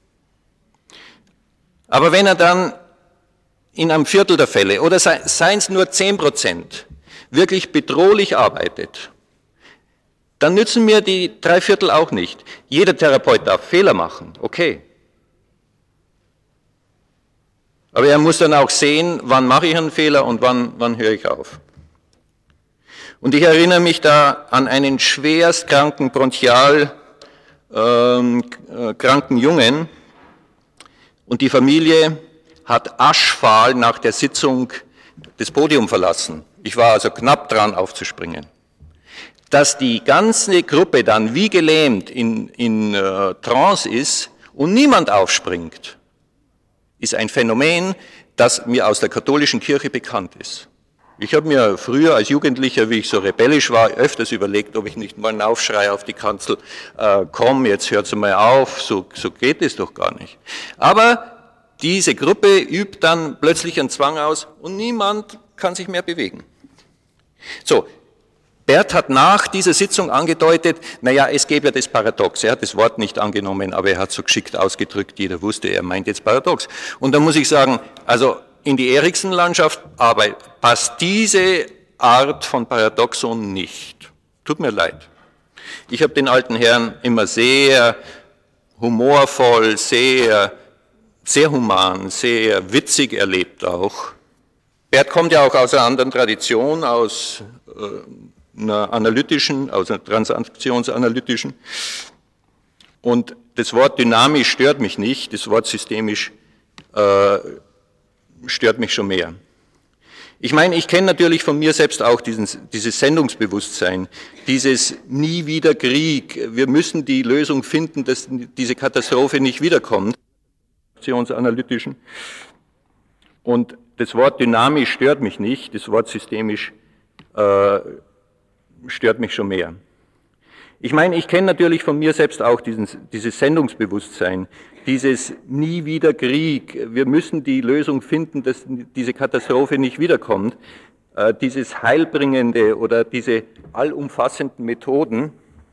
Aber wenn er dann in einem Viertel der Fälle, oder seien es nur 10%, wirklich bedrohlich arbeitet, dann nützen mir die 3/4 auch nicht. Jeder Therapeut darf Fehler machen, okay. Aber er muss dann auch sehen, wann mache ich einen Fehler und wann höre ich auf. Und ich erinnere mich da an einen schwerst kranken, bronchial kranken Jungen, und die Familie hat aschfahl nach der Sitzung das Podium verlassen. Ich war also knapp dran aufzuspringen. Dass die ganze Gruppe dann wie gelähmt in Trance ist und niemand aufspringt, ist ein Phänomen, das mir aus der katholischen Kirche bekannt ist. Ich habe mir früher als Jugendlicher, wie ich so rebellisch war, öfters überlegt, ob ich nicht mal einen Aufschrei auf die Kanzel, komm, jetzt hört's mal auf, so geht es doch gar nicht. Aber diese Gruppe übt dann plötzlich einen Zwang aus und niemand kann sich mehr bewegen. So, Bert hat nach dieser Sitzung angedeutet, naja, es gäbe ja das Paradox. Er hat das Wort nicht angenommen, aber er hat so geschickt ausgedrückt, jeder wusste, er meint jetzt Paradox. Und da muss ich sagen, also in die Erikson-Landschaft passt diese Art von Paradoxon nicht. Tut mir leid. Ich habe den alten Herrn immer sehr humorvoll, sehr human, sehr witzig erlebt auch. Bert kommt ja auch aus einer anderen Tradition, aus einer analytischen, aus einer transaktionsanalytischen. Und das Wort dynamisch stört mich nicht, das Wort systemisch stört mich schon mehr. Ich meine, ich kenne natürlich von mir selbst auch dieses Sendungsbewusstsein, dieses nie wieder Krieg. Wir müssen die Lösung finden, dass diese Katastrophe nicht wiederkommt. transaktionsanalytischen. Und das Wort dynamisch stört mich nicht, das Wort systemisch stört mich schon mehr. Ich meine, ich kenne natürlich von mir selbst auch dieses Sendungsbewusstsein, dieses nie wieder Krieg, wir müssen die Lösung finden, dass diese Katastrophe nicht wiederkommt, dieses Heilbringende oder diese allumfassenden Methoden.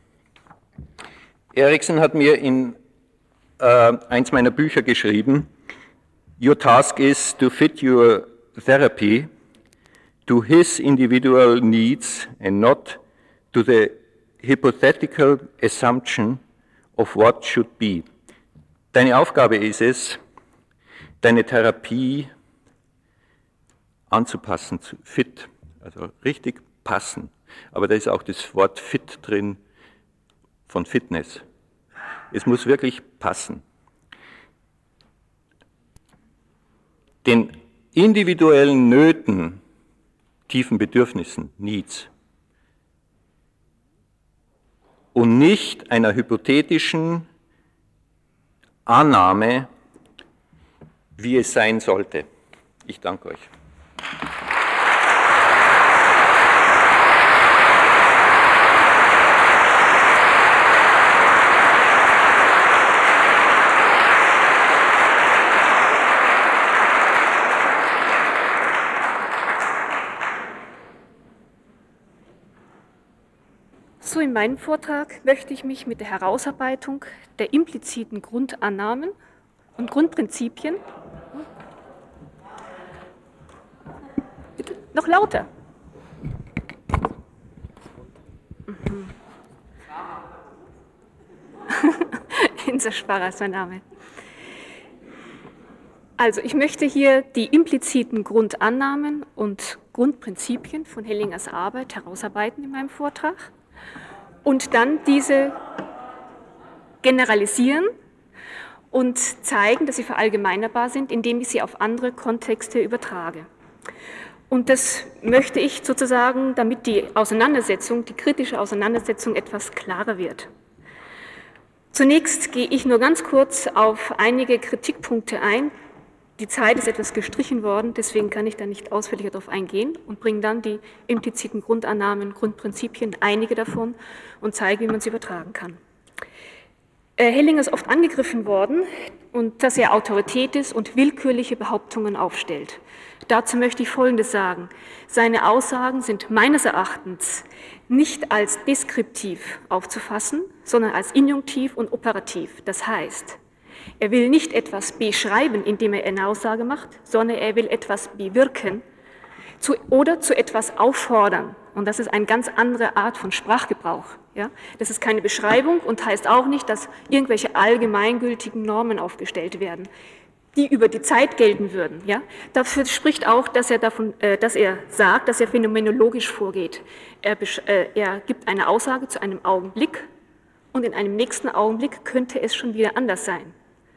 Erikson hat mir in eins meiner Bücher geschrieben, Your task is to fit your therapy to his individual needs and not to the hypothetical assumption of what should be. Deine Aufgabe ist es, deine Therapie anzupassen, fit, also richtig passen. Aber da ist auch das Wort fit drin von Fitness. Es muss wirklich passen. Den individuellen Nöten, tiefen Bedürfnissen, Needs, und nicht einer hypothetischen Annahme, wie es sein sollte. Ich danke euch. So, in meinem Vortrag möchte ich mich mit der Herausarbeitung der impliziten Grundannahmen und Grundprinzipien. Bitte, noch lauter. Insa Sparrer ist mein Name. Also, ich möchte hier die impliziten Grundannahmen und Grundprinzipien von Hellingers Arbeit herausarbeiten in meinem Vortrag. Und dann diese generalisieren und zeigen, dass sie verallgemeinerbar sind, indem ich sie auf andere Kontexte übertrage. Und das möchte ich sozusagen, damit die Auseinandersetzung, die kritische Auseinandersetzung etwas klarer wird. Zunächst gehe ich nur ganz kurz auf einige Kritikpunkte ein. Die Zeit ist etwas gestrichen worden, deswegen kann ich da nicht ausführlicher darauf eingehen und bringe dann die impliziten Grundannahmen, Grundprinzipien, einige davon und zeige, wie man sie übertragen kann. Hellinger ist oft angegriffen worden, und dass er Autorität ist und willkürliche Behauptungen aufstellt. Dazu möchte ich Folgendes sagen. Seine Aussagen sind meines Erachtens nicht als deskriptiv aufzufassen, sondern als injunktiv und operativ. Das heißt, er will nicht etwas beschreiben, indem er eine Aussage macht, sondern er will etwas bewirken oder zu etwas auffordern. Und das ist eine ganz andere Art von Sprachgebrauch. Ja? Das ist keine Beschreibung und heißt auch nicht, dass irgendwelche allgemeingültigen Normen aufgestellt werden, die über die Zeit gelten würden. Ja? Dafür spricht auch, dass er sagt, dass er phänomenologisch vorgeht. Er gibt eine Aussage zu einem Augenblick und in einem nächsten Augenblick könnte es schon wieder anders sein.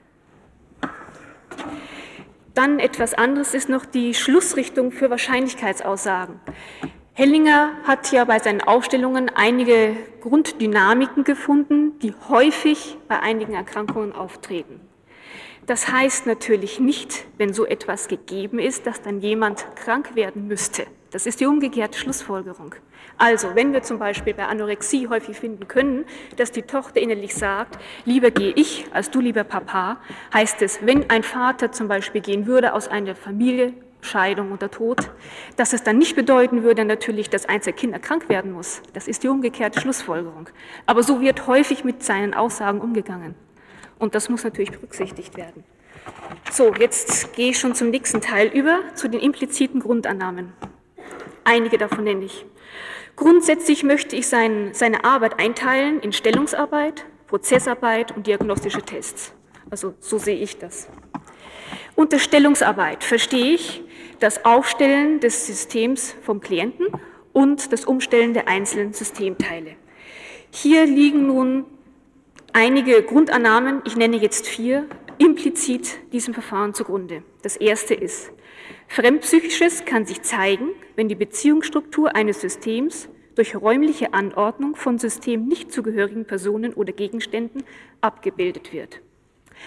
Dann etwas anderes ist noch die Schlussrichtung für Wahrscheinlichkeitsaussagen. Hellinger hat ja bei seinen Aufstellungen einige Grunddynamiken gefunden, die häufig bei einigen Erkrankungen auftreten. Das heißt natürlich nicht, wenn so etwas gegeben ist, dass dann jemand krank werden müsste. Das ist die umgekehrte Schlussfolgerung. Also, wenn wir zum Beispiel bei Anorexie häufig finden können, dass die Tochter innerlich sagt, lieber gehe ich als du, lieber Papa, heißt es, wenn ein Vater zum Beispiel gehen würde aus einer Familie, Scheidung oder Tod, dass es dann nicht bedeuten würde natürlich, dass eins der Kinder krank werden muss. Das ist die umgekehrte Schlussfolgerung. Aber so wird häufig mit seinen Aussagen umgegangen. Und das muss natürlich berücksichtigt werden. So, jetzt gehe ich schon zum nächsten Teil über, zu den impliziten Grundannahmen. Einige davon nenne ich. Grundsätzlich möchte ich seine Arbeit einteilen in Stellungsarbeit, Prozessarbeit und diagnostische Tests. Also so sehe ich das. Unter Stellungsarbeit verstehe ich das Aufstellen des Systems vom Klienten und das Umstellen der einzelnen Systemteile. Hier liegen nun einige Grundannahmen, ich nenne jetzt 4, implizit diesem Verfahren zugrunde. Das erste ist, Fremdpsychisches kann sich zeigen, wenn die Beziehungsstruktur eines Systems durch räumliche Anordnung von System nicht zugehörigen Personen oder Gegenständen abgebildet wird.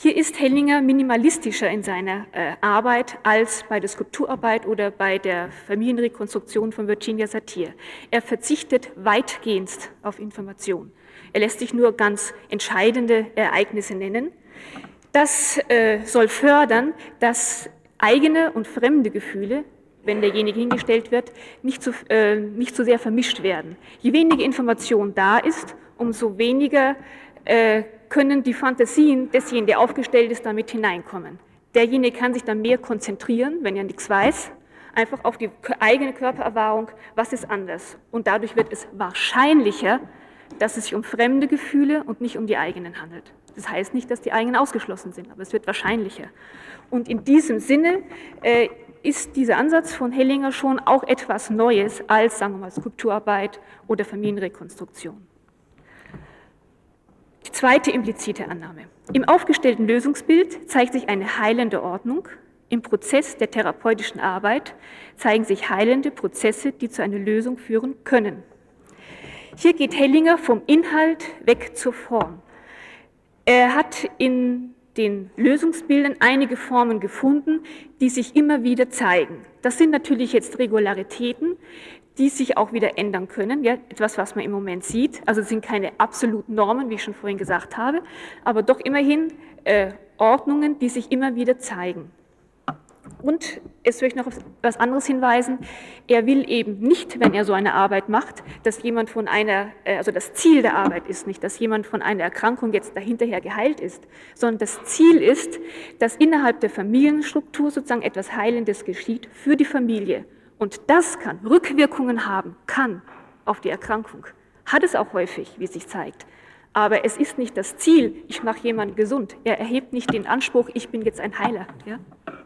Hier ist Hellinger minimalistischer in seiner Arbeit als bei der Skulpturarbeit oder bei der Familienrekonstruktion von Virginia Satir. Er verzichtet weitgehend auf Information. Er lässt sich nur ganz entscheidende Ereignisse nennen. Das soll fördern, dass eigene und fremde Gefühle, wenn derjenige hingestellt wird, nicht so sehr vermischt werden. Je weniger Information da ist, umso weniger können die Fantasien desjenigen, der aufgestellt ist, damit hineinkommen. Derjenige kann sich dann mehr konzentrieren, wenn er nichts weiß, einfach auf die eigene Körpererfahrung, was ist anders. Und dadurch wird es wahrscheinlicher, dass es sich um fremde Gefühle und nicht um die eigenen handelt. Das heißt nicht, dass die eigenen ausgeschlossen sind, aber es wird wahrscheinlicher. Und in diesem Sinne ist dieser Ansatz von Hellinger schon auch etwas Neues als, sagen wir mal, Skulpturarbeit oder Familienrekonstruktion. Die zweite implizite Annahme. Im aufgestellten Lösungsbild zeigt sich eine heilende Ordnung. Im Prozess der therapeutischen Arbeit zeigen sich heilende Prozesse, die zu einer Lösung führen können. Hier geht Hellinger vom Inhalt weg zur Form. Er hat in den Lösungsbildern einige Formen gefunden, die sich immer wieder zeigen. Das sind natürlich jetzt Regularitäten, die sich auch wieder ändern können, ja, etwas, was man im Moment sieht. Also es sind keine absoluten Normen, wie ich schon vorhin gesagt habe, aber doch immerhin Ordnungen, die sich immer wieder zeigen. Und jetzt will ich noch auf etwas anderes hinweisen. Er will eben nicht, wenn er so eine Arbeit macht, dass jemand von also das Ziel der Arbeit ist nicht, dass jemand von einer Erkrankung jetzt dahinterher geheilt ist, sondern das Ziel ist, dass innerhalb der Familienstruktur sozusagen etwas Heilendes geschieht für die Familie. Und das kann Rückwirkungen haben, kann auf die Erkrankung. Hat es auch häufig, wie es sich zeigt. Aber es ist nicht das Ziel, ich mache jemanden gesund. Er erhebt nicht den Anspruch, ich bin jetzt ein Heiler. Ja?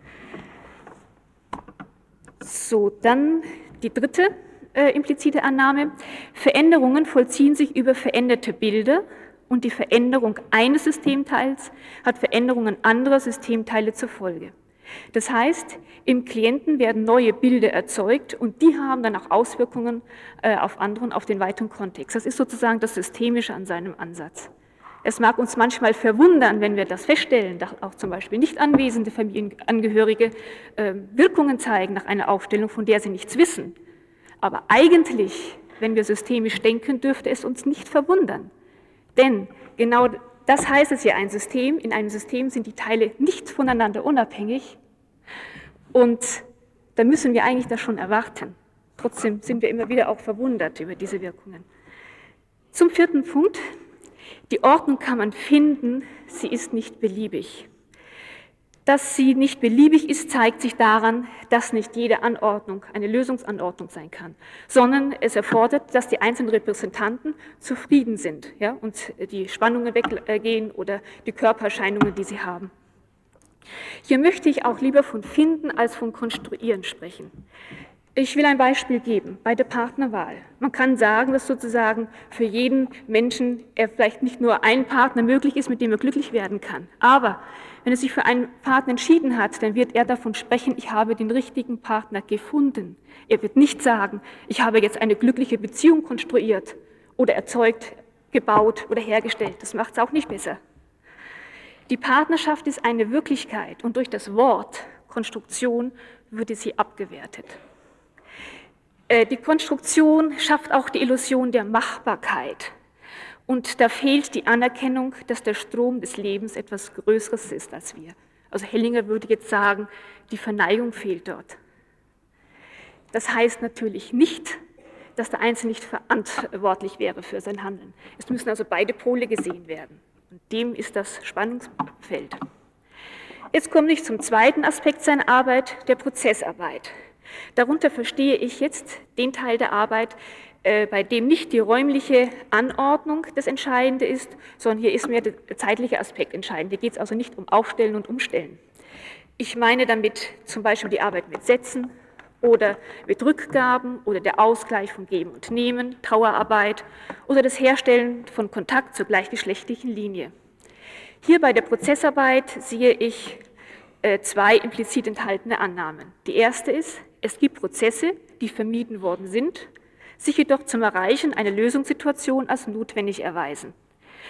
So, dann die dritte implizite Annahme. Veränderungen vollziehen sich über veränderte Bilder und die Veränderung eines Systemteils hat Veränderungen anderer Systemteile zur Folge. Das heißt, im Klienten werden neue Bilder erzeugt und die haben dann auch Auswirkungen auf andere und auf den weiteren Kontext. Das ist sozusagen das Systemische an seinem Ansatz. Es mag uns manchmal verwundern, wenn wir das feststellen, dass auch zum Beispiel nicht anwesende Familienangehörige Wirkungen zeigen nach einer Aufstellung, von der sie nichts wissen. Aber eigentlich, wenn wir systemisch denken, dürfte es uns nicht verwundern. Denn genau das heißt es ja ein System. In einem System sind die Teile nicht voneinander unabhängig. Und da müssen wir eigentlich das schon erwarten. Trotzdem sind wir immer wieder auch verwundert über diese Wirkungen. Zum vierten Punkt. Die Ordnung kann man finden, sie ist nicht beliebig. Dass sie nicht beliebig ist, zeigt sich daran, dass nicht jede Anordnung eine Lösungsanordnung sein kann, sondern es erfordert, dass die einzelnen Repräsentanten zufrieden sind, ja, und die Spannungen weggehen oder die Körpererscheinungen, die sie haben. Hier möchte ich auch lieber von Finden als von Konstruieren sprechen. Ich will ein Beispiel geben bei der Partnerwahl. Man kann sagen, dass sozusagen für jeden Menschen vielleicht nicht nur ein Partner möglich ist, mit dem er glücklich werden kann. Aber wenn er sich für einen Partner entschieden hat, dann wird er davon sprechen, ich habe den richtigen Partner gefunden. Er wird nicht sagen, ich habe jetzt eine glückliche Beziehung konstruiert oder erzeugt, gebaut oder hergestellt. Das macht es auch nicht besser. Die Partnerschaft ist eine Wirklichkeit und durch das Wort Konstruktion würde sie abgewertet. Die Konstruktion schafft auch die Illusion der Machbarkeit. Und da fehlt die Anerkennung, dass der Strom des Lebens etwas Größeres ist als wir. Also Hellinger würde jetzt sagen, die Verneigung fehlt dort. Das heißt natürlich nicht, dass der Einzelne nicht verantwortlich wäre für sein Handeln. Es müssen also beide Pole gesehen werden. Und dem ist das Spannungsfeld. Jetzt komme ich zum zweiten Aspekt seiner Arbeit, der Prozessarbeit. Darunter verstehe ich jetzt den Teil der Arbeit, bei dem nicht die räumliche Anordnung das Entscheidende ist, sondern hier ist mehr der zeitliche Aspekt entscheidend. Hier geht es also nicht um Aufstellen und Umstellen. Ich meine damit zum Beispiel die Arbeit mit Sätzen oder mit Rückgaben oder der Ausgleich von Geben und Nehmen, Trauerarbeit oder das Herstellen von Kontakt zur gleichgeschlechtlichen Linie. Hier bei der Prozessarbeit sehe ich zwei implizit enthaltene Annahmen. Die erste ist, es gibt Prozesse, die vermieden worden sind, sich jedoch zum Erreichen einer Lösungssituation als notwendig erweisen.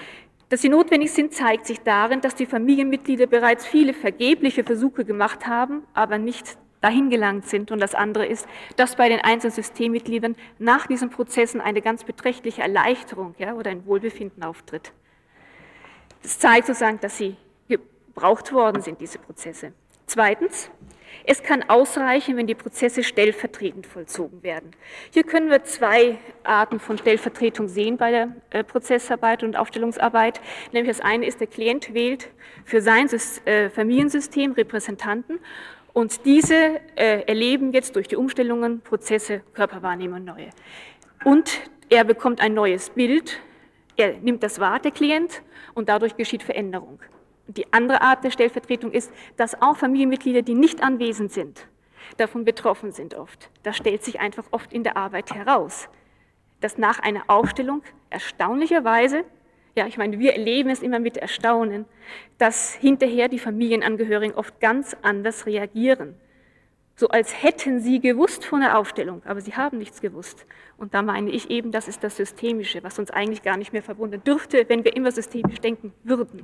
Dass sie notwendig sind, zeigt sich darin, dass die Familienmitglieder bereits viele vergebliche Versuche gemacht haben, aber nicht dahin gelangt sind. Und das andere ist, dass bei den einzelnen Systemmitgliedern nach diesen Prozessen eine ganz beträchtliche Erleichterung, ja, oder ein Wohlbefinden auftritt. Das zeigt sozusagen, dass sie gebraucht worden sind, diese Prozesse. Zweitens, es kann ausreichen, wenn die Prozesse stellvertretend vollzogen werden. Hier können wir zwei Arten von Stellvertretung sehen bei der Prozessarbeit und Aufstellungsarbeit. Nämlich das eine ist, der Klient wählt für sein Familiensystem Repräsentanten und diese erleben jetzt durch die Umstellungen, Prozesse, Körperwahrnehmung neue. Und er bekommt ein neues Bild, er nimmt das wahr, der Klient, und dadurch geschieht Veränderung. Die andere Art der Stellvertretung ist, dass auch Familienmitglieder, die nicht anwesend sind, davon betroffen sind oft. Das stellt sich einfach oft in der Arbeit heraus, dass nach einer Aufstellung erstaunlicherweise, ja, ich meine, wir erleben es immer mit Erstaunen, dass hinterher die Familienangehörigen oft ganz anders reagieren. So als hätten sie gewusst von der Aufstellung, aber sie haben nichts gewusst. Und da meine ich eben, das ist das Systemische, was uns eigentlich gar nicht mehr verwundern dürfte, wenn wir immer systemisch denken würden.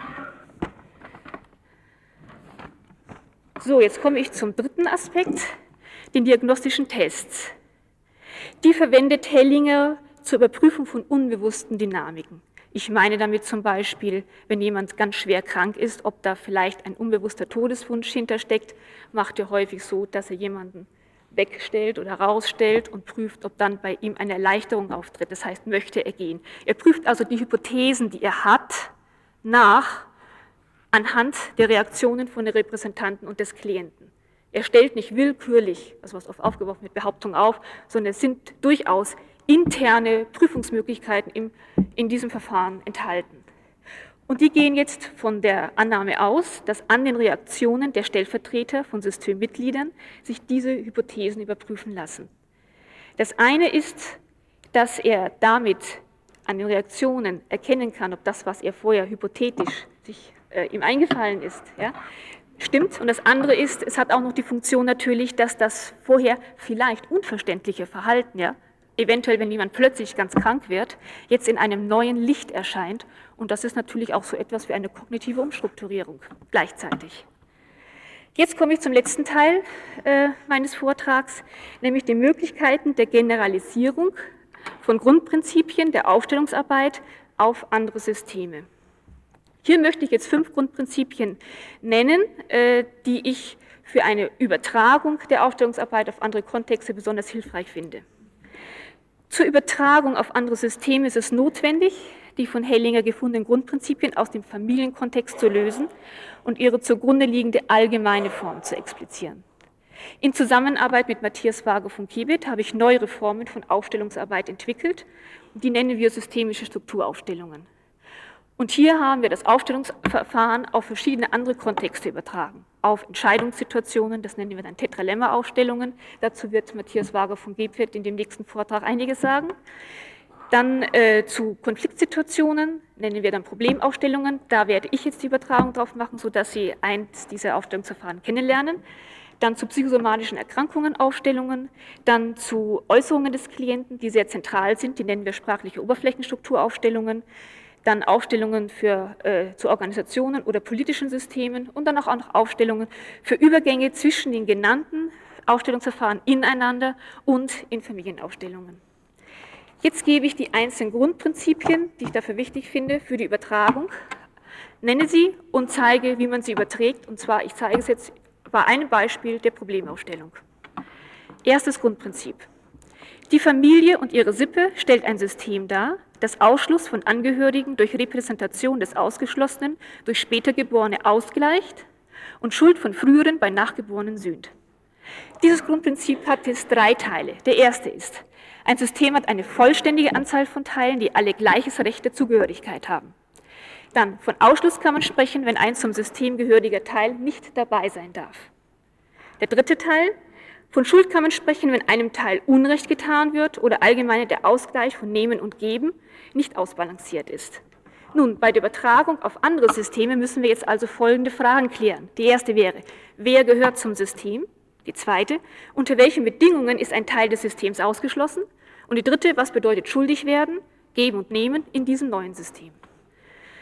So, jetzt komme ich zum dritten Aspekt, den diagnostischen Tests. Die verwendet Hellinger zur Überprüfung von unbewussten Dynamiken. Ich meine damit zum Beispiel, wenn jemand ganz schwer krank ist, ob da vielleicht ein unbewusster Todeswunsch hintersteckt, macht er häufig so, dass er jemanden wegstellt oder rausstellt und prüft, ob dann bei ihm eine Erleichterung auftritt. Das heißt, möchte er gehen. Er prüft also die Hypothesen, die er hat, nach anhand der Reaktionen von den Repräsentanten und des Klienten. Er stellt nicht willkürlich, also was oft aufgeworfen wird, Behauptungen auf, sondern es sind durchaus interne Prüfungsmöglichkeiten in diesem Verfahren enthalten. Und die gehen jetzt von der Annahme aus, dass an den Reaktionen der Stellvertreter von Systemmitgliedern sich diese Hypothesen überprüfen lassen. Das eine ist, dass er damit an den Reaktionen erkennen kann, ob das, was er vorher hypothetisch sich ihm eingefallen ist, ja, stimmt. Und das andere ist, es hat auch noch die Funktion natürlich, dass das vorher vielleicht unverständliche Verhalten, ja, eventuell, wenn jemand plötzlich ganz krank wird, jetzt in einem neuen Licht erscheint. Und das ist natürlich auch so etwas wie eine kognitive Umstrukturierung gleichzeitig. Jetzt komme ich zum letzten Teil meines Vortrags, nämlich die Möglichkeiten der Generalisierung von Grundprinzipien der Aufstellungsarbeit auf andere Systeme. Hier möchte ich jetzt 5 Grundprinzipien nennen, die ich für eine Übertragung der Aufstellungsarbeit auf andere Kontexte besonders hilfreich finde. Zur Übertragung auf andere Systeme ist es notwendig, die von Hellinger gefundenen Grundprinzipien aus dem Familienkontext zu lösen und ihre zugrunde liegende allgemeine Form zu explizieren. In Zusammenarbeit mit Matthias Wager von Kibet habe ich neuere Formen von Aufstellungsarbeit entwickelt, die nennen wir systemische Strukturaufstellungen. Und hier haben wir das Aufstellungsverfahren auf verschiedene andere Kontexte übertragen. Auf Entscheidungssituationen, das nennen wir dann Tetralemma-Aufstellungen. Dazu wird Matthias Wager von Gebhardt in dem nächsten Vortrag einiges sagen. Dann zu Konfliktsituationen, nennen wir dann Problemaufstellungen. Da werde ich jetzt die Übertragung drauf machen, sodass Sie eins dieser Aufstellungsverfahren kennenlernen. Dann zu psychosomatischen Erkrankungen, Aufstellungen. Dann zu Äußerungen des Klienten, die sehr zentral sind, die nennen wir sprachliche Oberflächenstrukturaufstellungen. Dann Aufstellungen zu Organisationen oder politischen Systemen und dann auch noch Aufstellungen für Übergänge zwischen den genannten Aufstellungsverfahren ineinander und in Familienaufstellungen. Jetzt gebe ich die einzelnen Grundprinzipien, die ich dafür wichtig finde, für die Übertragung, nenne sie und zeige, wie man sie überträgt. Und zwar, ich zeige es jetzt bei einem Beispiel der Problemaufstellung. Erstes Grundprinzip. Die Familie und ihre Sippe stellt ein System dar, das Ausschluss von Angehörigen durch Repräsentation des Ausgeschlossenen durch später Geborene ausgleicht und Schuld von Früheren bei Nachgeborenen sühnt. Dieses Grundprinzip hat jetzt 3 Teile. Der erste ist, ein System hat eine vollständige Anzahl von Teilen, die alle gleiches Recht der Zugehörigkeit haben. Dann von Ausschluss kann man sprechen, wenn ein zum System gehöriger Teil nicht dabei sein darf. Der dritte Teil, von Schuld kann man sprechen, wenn einem Teil Unrecht getan wird oder allgemein der Ausgleich von Nehmen und Geben nicht ausbalanciert ist. Nun, bei der Übertragung auf andere Systeme müssen wir jetzt also folgende Fragen klären. Die erste wäre, wer gehört zum System? Die zweite, unter welchen Bedingungen ist ein Teil des Systems ausgeschlossen? Und die dritte, was bedeutet schuldig werden, geben und nehmen in diesem neuen System?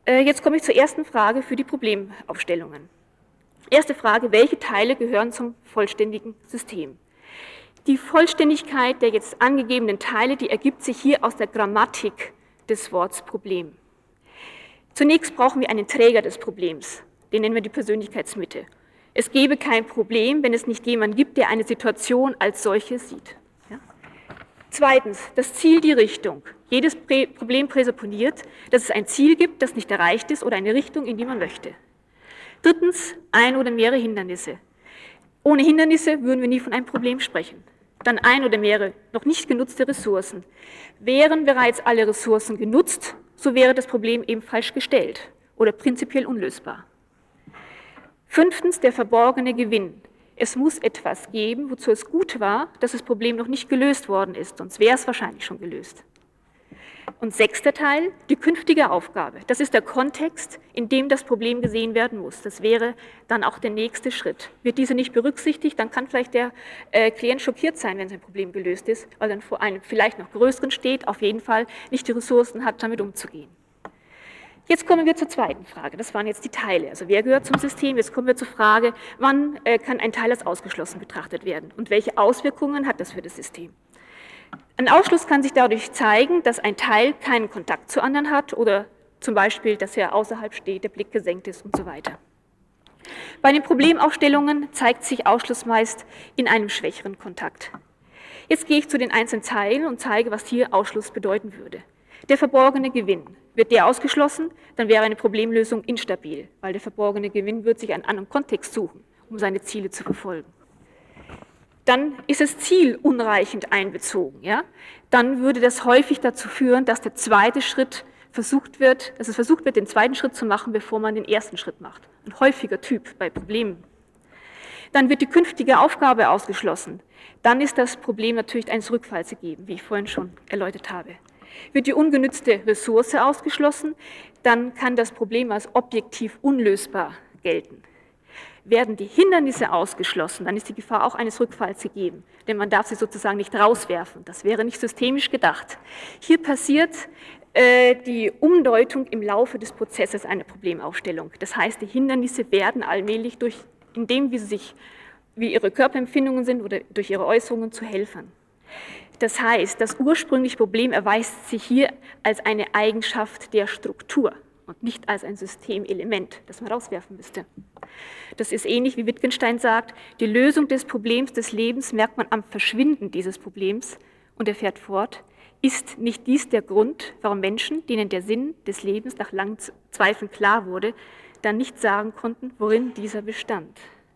Jetzt komme ich zur ersten Frage für die Problemaufstellungen. Erste Frage, welche Teile gehören zum vollständigen System? Die Vollständigkeit der jetzt angegebenen Teile, die ergibt sich hier aus der Grammatik des Wortes Problem. Zunächst brauchen wir einen Träger des Problems, den nennen wir die Persönlichkeitsmitte. Es gäbe kein Problem, wenn es nicht jemanden gibt, der eine Situation als solche sieht. Ja? Zweitens, das Ziel, die Richtung. Jedes Problem präsupponiert, dass es ein Ziel gibt, das nicht erreicht ist oder eine Richtung, in die man möchte. Drittens, ein oder mehrere Hindernisse. Ohne Hindernisse würden wir nie von einem Problem sprechen. Dann ein oder mehrere noch nicht genutzte Ressourcen. Wären bereits alle Ressourcen genutzt, so wäre das Problem eben falsch gestellt oder prinzipiell unlösbar. Fünftens, der verborgene Gewinn. Es muss etwas geben, wozu es gut war, dass das Problem noch nicht gelöst worden ist, sonst wäre es wahrscheinlich schon gelöst. Und sechster Teil, die künftige Aufgabe. Das ist der Kontext, in dem das Problem gesehen werden muss. Das wäre dann auch der nächste Schritt. Wird diese nicht berücksichtigt, dann kann vielleicht der Klient schockiert sein, wenn sein Problem gelöst ist, weil er dann vor einem vielleicht noch größeren steht, auf jeden Fall nicht die Ressourcen hat, damit umzugehen. Jetzt kommen wir zur zweiten Frage. Das waren jetzt die Teile. Also wer gehört zum System? Jetzt kommen wir zur Frage, wann kann ein Teil als ausgeschlossen betrachtet werden und welche Auswirkungen hat das für das System? Ein Ausschluss kann sich dadurch zeigen, dass ein Teil keinen Kontakt zu anderen hat oder zum Beispiel, dass er außerhalb steht, der Blick gesenkt ist und so weiter. Bei den Problemaufstellungen zeigt sich Ausschluss meist in einem schwächeren Kontakt. Jetzt gehe ich zu den einzelnen Teilen und zeige, was hier Ausschluss bedeuten würde. Der verborgene Gewinn. Wird der ausgeschlossen, dann wäre eine Problemlösung instabil, weil der verborgene Gewinn wird sich einen anderen Kontext suchen, um seine Ziele zu verfolgen. Dann ist das Ziel unreichend einbezogen. Ja? Dann würde das häufig dazu führen, dass der zweite Schritt versucht wird, den zweiten Schritt zu machen, bevor man den ersten Schritt macht. Ein häufiger Typ bei Problemen. Dann wird die künftige Aufgabe ausgeschlossen. Dann ist das Problem natürlich eines Rückfalls gegeben, wie ich vorhin schon erläutert habe. Wird die ungenützte Ressource ausgeschlossen, dann kann das Problem als objektiv unlösbar gelten. Werden die Hindernisse ausgeschlossen, dann ist die Gefahr auch eines Rückfalls gegeben, denn man darf sie sozusagen nicht rauswerfen. Das wäre nicht systemisch gedacht. Hier passiert die Umdeutung im Laufe des Prozesses einer Problemaufstellung. Das heißt, die Hindernisse werden allmählich indem wie ihre Körperempfindungen sind oder durch ihre Äußerungen zu Helfern. Das heißt, das ursprüngliche Problem erweist sich hier als eine Eigenschaft der Struktur und nicht als ein Systemelement, das man rauswerfen müsste. Das ist ähnlich wie Wittgenstein sagt, die Lösung des Problems des Lebens merkt man am Verschwinden dieses Problems und er fährt fort, ist nicht dies der Grund, warum Menschen, denen der Sinn des Lebens nach langen Zweifeln klar wurde, dann nicht sagen konnten, worin dieser bestand.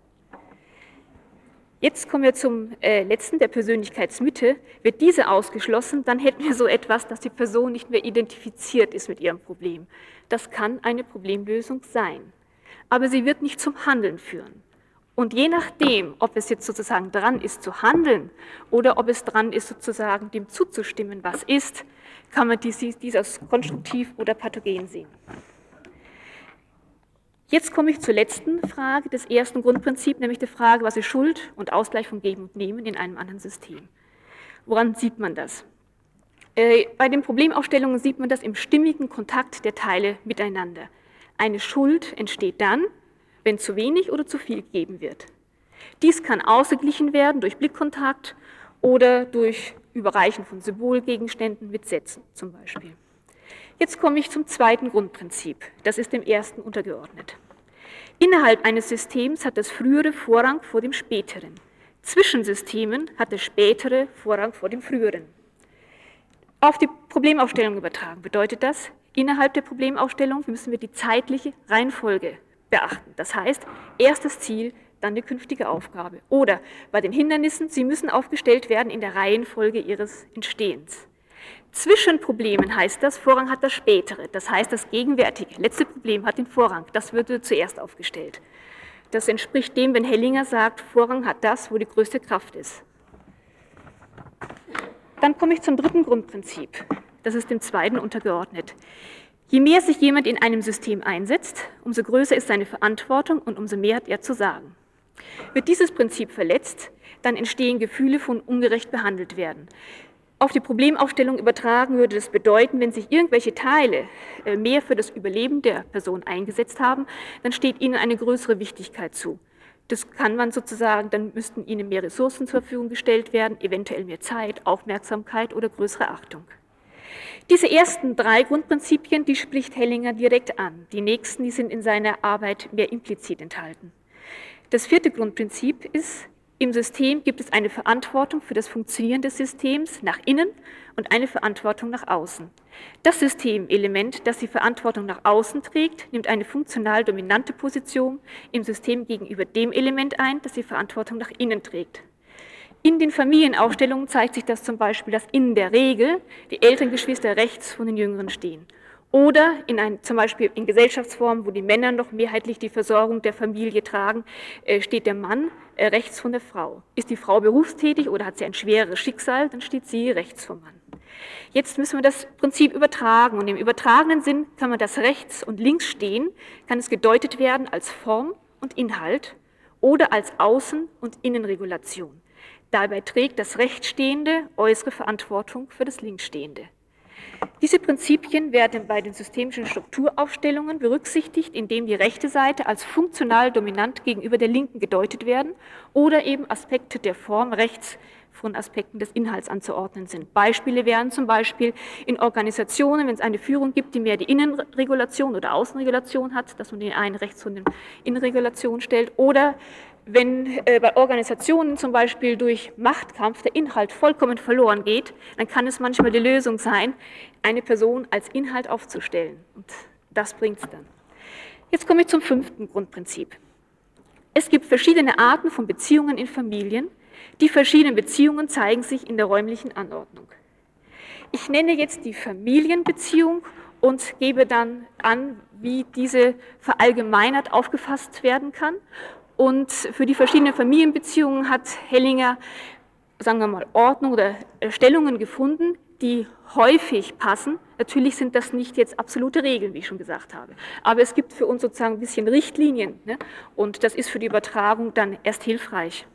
Jetzt kommen wir zum letzten, der Persönlichkeitsmitte. Wird diese ausgeschlossen, dann hätten wir so etwas, dass die Person nicht mehr identifiziert ist mit ihrem Problem. Das kann eine Problemlösung sein, aber sie wird nicht zum Handeln führen. Und je nachdem, ob es jetzt sozusagen dran ist zu handeln oder ob es dran ist sozusagen dem zuzustimmen, was ist, kann man dies als konstruktiv oder pathogen sehen. Jetzt komme ich zur letzten Frage des ersten Grundprinzips, nämlich der Frage, was ist Schuld und Ausgleich von Geben und Nehmen in einem anderen System. Woran sieht man das? Bei den Problemaufstellungen sieht man das im stimmigen Kontakt der Teile miteinander. Eine Schuld entsteht dann, wenn zu wenig oder zu viel gegeben wird. Dies kann ausgeglichen werden durch Blickkontakt oder durch Überreichen von Symbolgegenständen mit Sätzen zum Beispiel. Jetzt komme ich zum zweiten Grundprinzip. Das ist dem ersten untergeordnet. Innerhalb eines Systems hat das Frühere Vorrang vor dem Späteren. Zwischen Systemen hat das Spätere Vorrang vor dem Früheren. Auf die Problemaufstellung übertragen bedeutet das, innerhalb der Problemaufstellung müssen wir die zeitliche Reihenfolge beachten. Das heißt, erst das Ziel, dann die künftige Aufgabe. Oder bei den Hindernissen, sie müssen aufgestellt werden in der Reihenfolge ihres Entstehens. Zwischen Problemen heißt das, Vorrang hat das Spätere, das heißt das gegenwärtige, letzte Problem hat den Vorrang, das wird zuerst aufgestellt. Das entspricht dem, wenn Hellinger sagt, Vorrang hat das, wo die größte Kraft ist. Dann komme ich zum dritten Grundprinzip, das ist dem zweiten untergeordnet. Je mehr sich jemand in einem System einsetzt, umso größer ist seine Verantwortung und umso mehr hat er zu sagen. Wird dieses Prinzip verletzt, dann entstehen Gefühle von ungerecht behandelt werden. Auf die Problemaufstellung übertragen würde das bedeuten, wenn sich irgendwelche Teile mehr für das Überleben der Person eingesetzt haben, dann steht ihnen eine größere Wichtigkeit zu. Das kann man sozusagen, dann müssten ihnen mehr Ressourcen zur Verfügung gestellt werden, eventuell mehr Zeit, Aufmerksamkeit oder größere Achtung. Diese ersten 3 Grundprinzipien, die spricht Hellinger direkt an. Die nächsten, die sind in seiner Arbeit mehr implizit enthalten. Das 4. Grundprinzip ist, im System gibt es eine Verantwortung für das Funktionieren des Systems nach innen und eine Verantwortung nach außen. Das Systemelement, das die Verantwortung nach außen trägt, nimmt eine funktional dominante Position im System gegenüber dem Element ein, das die Verantwortung nach innen trägt. In den Familienaufstellungen zeigt sich das zum Beispiel, dass in der Regel die älteren Geschwister rechts von den Jüngeren stehen. Oder zum Beispiel in Gesellschaftsformen, wo die Männer noch mehrheitlich die Versorgung der Familie tragen, steht der Mann rechts von der Frau. Ist die Frau berufstätig oder hat sie ein schwereres Schicksal, dann steht sie rechts vom Mann. Jetzt müssen wir das Prinzip übertragen und im übertragenen Sinn kann man das rechts und links stehen, kann es gedeutet werden als Form und Inhalt oder als Außen- und Innenregulation. Dabei trägt das Rechtsstehende äußere Verantwortung für das Linksstehende. Diese Prinzipien werden bei den systemischen Strukturaufstellungen berücksichtigt, indem die rechte Seite als funktional dominant gegenüber der linken gedeutet werden oder eben Aspekte der Form rechts von Aspekten des Inhalts anzuordnen sind. Beispiele wären zum Beispiel in Organisationen, wenn es eine Führung gibt, die mehr die Innenregulation oder Außenregulation hat, dass man den einen rechts von der Innenregulation stellt, oder wenn bei Organisationen zum Beispiel durch Machtkampf der Inhalt vollkommen verloren geht, dann kann es manchmal die Lösung sein, eine Person als Inhalt aufzustellen. Und das bringt es dann. Jetzt komme ich zum 5. Grundprinzip. Es gibt verschiedene Arten von Beziehungen in Familien. Die verschiedenen Beziehungen zeigen sich in der räumlichen Anordnung. Ich nenne jetzt die Familienbeziehung und gebe dann an, wie diese verallgemeinert aufgefasst werden kann. Und für die verschiedenen Familienbeziehungen hat Hellinger, sagen wir mal, Ordnung oder Stellungen gefunden, die häufig passen. Natürlich sind das nicht jetzt absolute Regeln, wie ich schon gesagt habe. Aber es gibt für uns sozusagen ein bisschen Richtlinien, ne? Und das ist für die Übertragung dann erst hilfreich.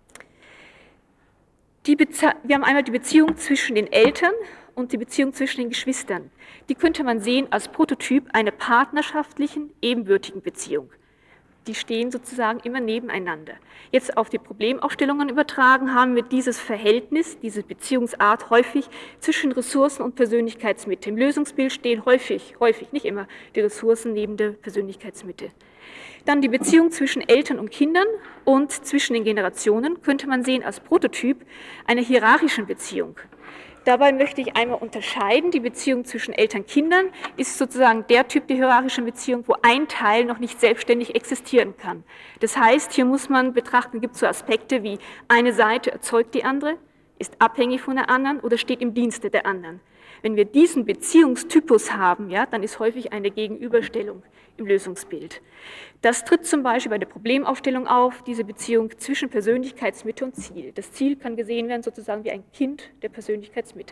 Wir haben einmal die Beziehung zwischen den Eltern und die Beziehung zwischen den Geschwistern. Die könnte man sehen als Prototyp einer partnerschaftlichen, ebenbürtigen Beziehung. Die stehen sozusagen immer nebeneinander. Jetzt auf die Problemaufstellungen übertragen haben wir dieses Verhältnis, diese Beziehungsart häufig zwischen Ressourcen und Persönlichkeitsmitte. Im Lösungsbild stehen häufig, nicht immer, die Ressourcen neben der Persönlichkeitsmitte. Dann die Beziehung zwischen Eltern und Kindern und zwischen den Generationen könnte man sehen als Prototyp einer hierarchischen Beziehung. Dabei möchte ich einmal unterscheiden, die Beziehung zwischen Eltern-Kindern ist sozusagen der Typ der hierarchischen Beziehung, wo ein Teil noch nicht selbstständig existieren kann. Das heißt, hier muss man betrachten, gibt es so Aspekte wie eine Seite erzeugt die andere, ist abhängig von der anderen oder steht im Dienste der anderen. Wenn wir diesen Beziehungstypus haben, ja, dann ist häufig eine Gegenüberstellung im Lösungsbild. Das tritt zum Beispiel bei der Problemaufstellung auf, diese Beziehung zwischen Persönlichkeitsmitte und Ziel. Das Ziel kann gesehen werden sozusagen wie ein Kind der Persönlichkeitsmitte.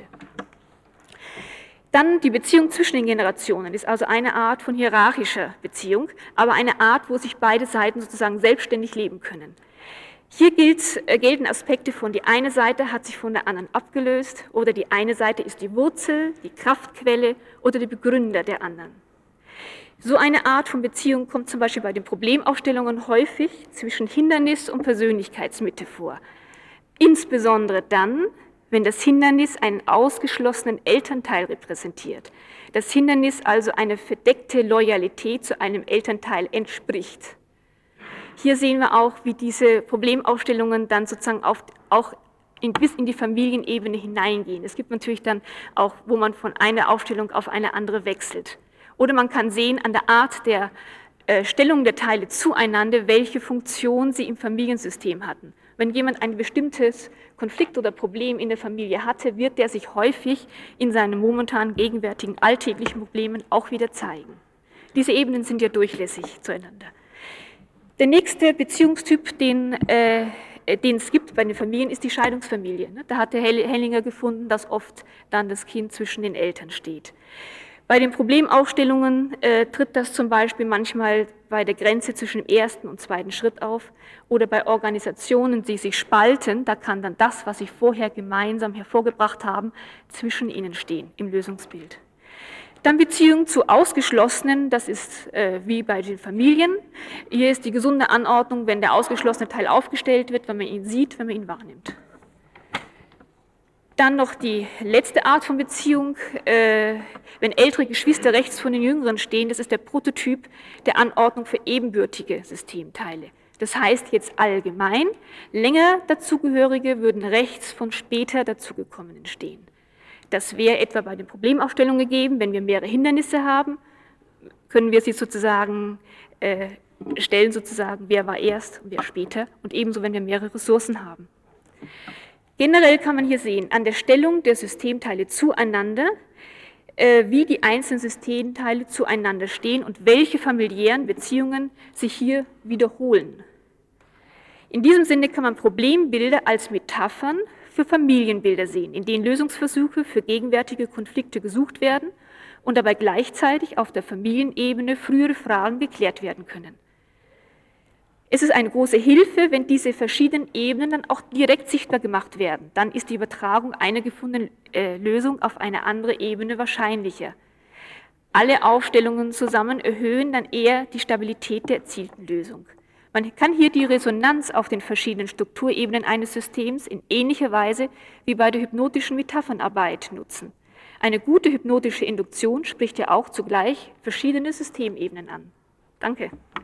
Dann die Beziehung zwischen den Generationen ist also eine Art von hierarchischer Beziehung, aber eine Art, wo sich beide Seiten sozusagen selbstständig leben können. Hier gelten Aspekte von, die eine Seite hat sich von der anderen abgelöst oder die eine Seite ist die Wurzel, die Kraftquelle oder der Begründer der anderen. So eine Art von Beziehung kommt zum Beispiel bei den Problemaufstellungen häufig zwischen Hindernis und Persönlichkeitsmitte vor. Insbesondere dann, wenn das Hindernis einen ausgeschlossenen Elternteil repräsentiert. Das Hindernis also eine verdeckte Loyalität zu einem Elternteil entspricht. Hier sehen wir auch, wie diese Problemaufstellungen dann sozusagen auch bis in die Familienebene hineingehen. Es gibt natürlich dann auch, wo man von einer Aufstellung auf eine andere wechselt. Oder man kann sehen an der Art der Stellung der Teile zueinander, welche Funktion sie im Familiensystem hatten. Wenn jemand ein bestimmtes Konflikt oder Problem in der Familie hatte, wird der sich häufig in seinen momentan gegenwärtigen alltäglichen Problemen auch wieder zeigen. Diese Ebenen sind ja durchlässig zueinander. Der nächste Beziehungstyp, den es gibt bei den Familien, ist die Scheidungsfamilie. Da hat der Hellinger gefunden, dass oft dann das Kind zwischen den Eltern steht. Bei den Problemaufstellungen tritt das zum Beispiel manchmal bei der Grenze zwischen dem ersten und zweiten Schritt auf oder bei Organisationen, die sich spalten, da kann dann das, was sie vorher gemeinsam hervorgebracht haben, zwischen ihnen stehen im Lösungsbild. Dann Beziehung zu Ausgeschlossenen, das ist wie bei den Familien. Hier ist die gesunde Anordnung, wenn der ausgeschlossene Teil aufgestellt wird, wenn man ihn sieht, wenn man ihn wahrnimmt. Dann noch die letzte Art von Beziehung, wenn ältere Geschwister rechts von den Jüngeren stehen, das ist der Prototyp der Anordnung für ebenbürtige Systemteile. Das heißt jetzt allgemein, länger dazugehörige würden rechts von später dazugekommenen stehen. Das wäre etwa bei den Problemaufstellungen gegeben, wenn wir mehrere Hindernisse haben, können wir sie sozusagen stellen, sozusagen, wer war erst und wer später, und ebenso, wenn wir mehrere Ressourcen haben. Generell kann man hier sehen, an der Stellung der Systemteile zueinander, wie die einzelnen Systemteile zueinander stehen und welche familiären Beziehungen sich hier wiederholen. In diesem Sinne kann man Problembilder als Metaphern für Familienbilder sehen, in denen Lösungsversuche für gegenwärtige Konflikte gesucht werden und dabei gleichzeitig auf der Familienebene frühere Fragen geklärt werden können. Es ist eine große Hilfe, wenn diese verschiedenen Ebenen dann auch direkt sichtbar gemacht werden. Dann ist die Übertragung einer gefundenen Lösung auf eine andere Ebene wahrscheinlicher. Alle Aufstellungen zusammen erhöhen dann eher die Stabilität der erzielten Lösung. Man kann hier die Resonanz auf den verschiedenen Strukturebenen eines Systems in ähnlicher Weise wie bei der hypnotischen Metaphernarbeit nutzen. Eine gute hypnotische Induktion spricht ja auch zugleich verschiedene Systemebenen an. Danke.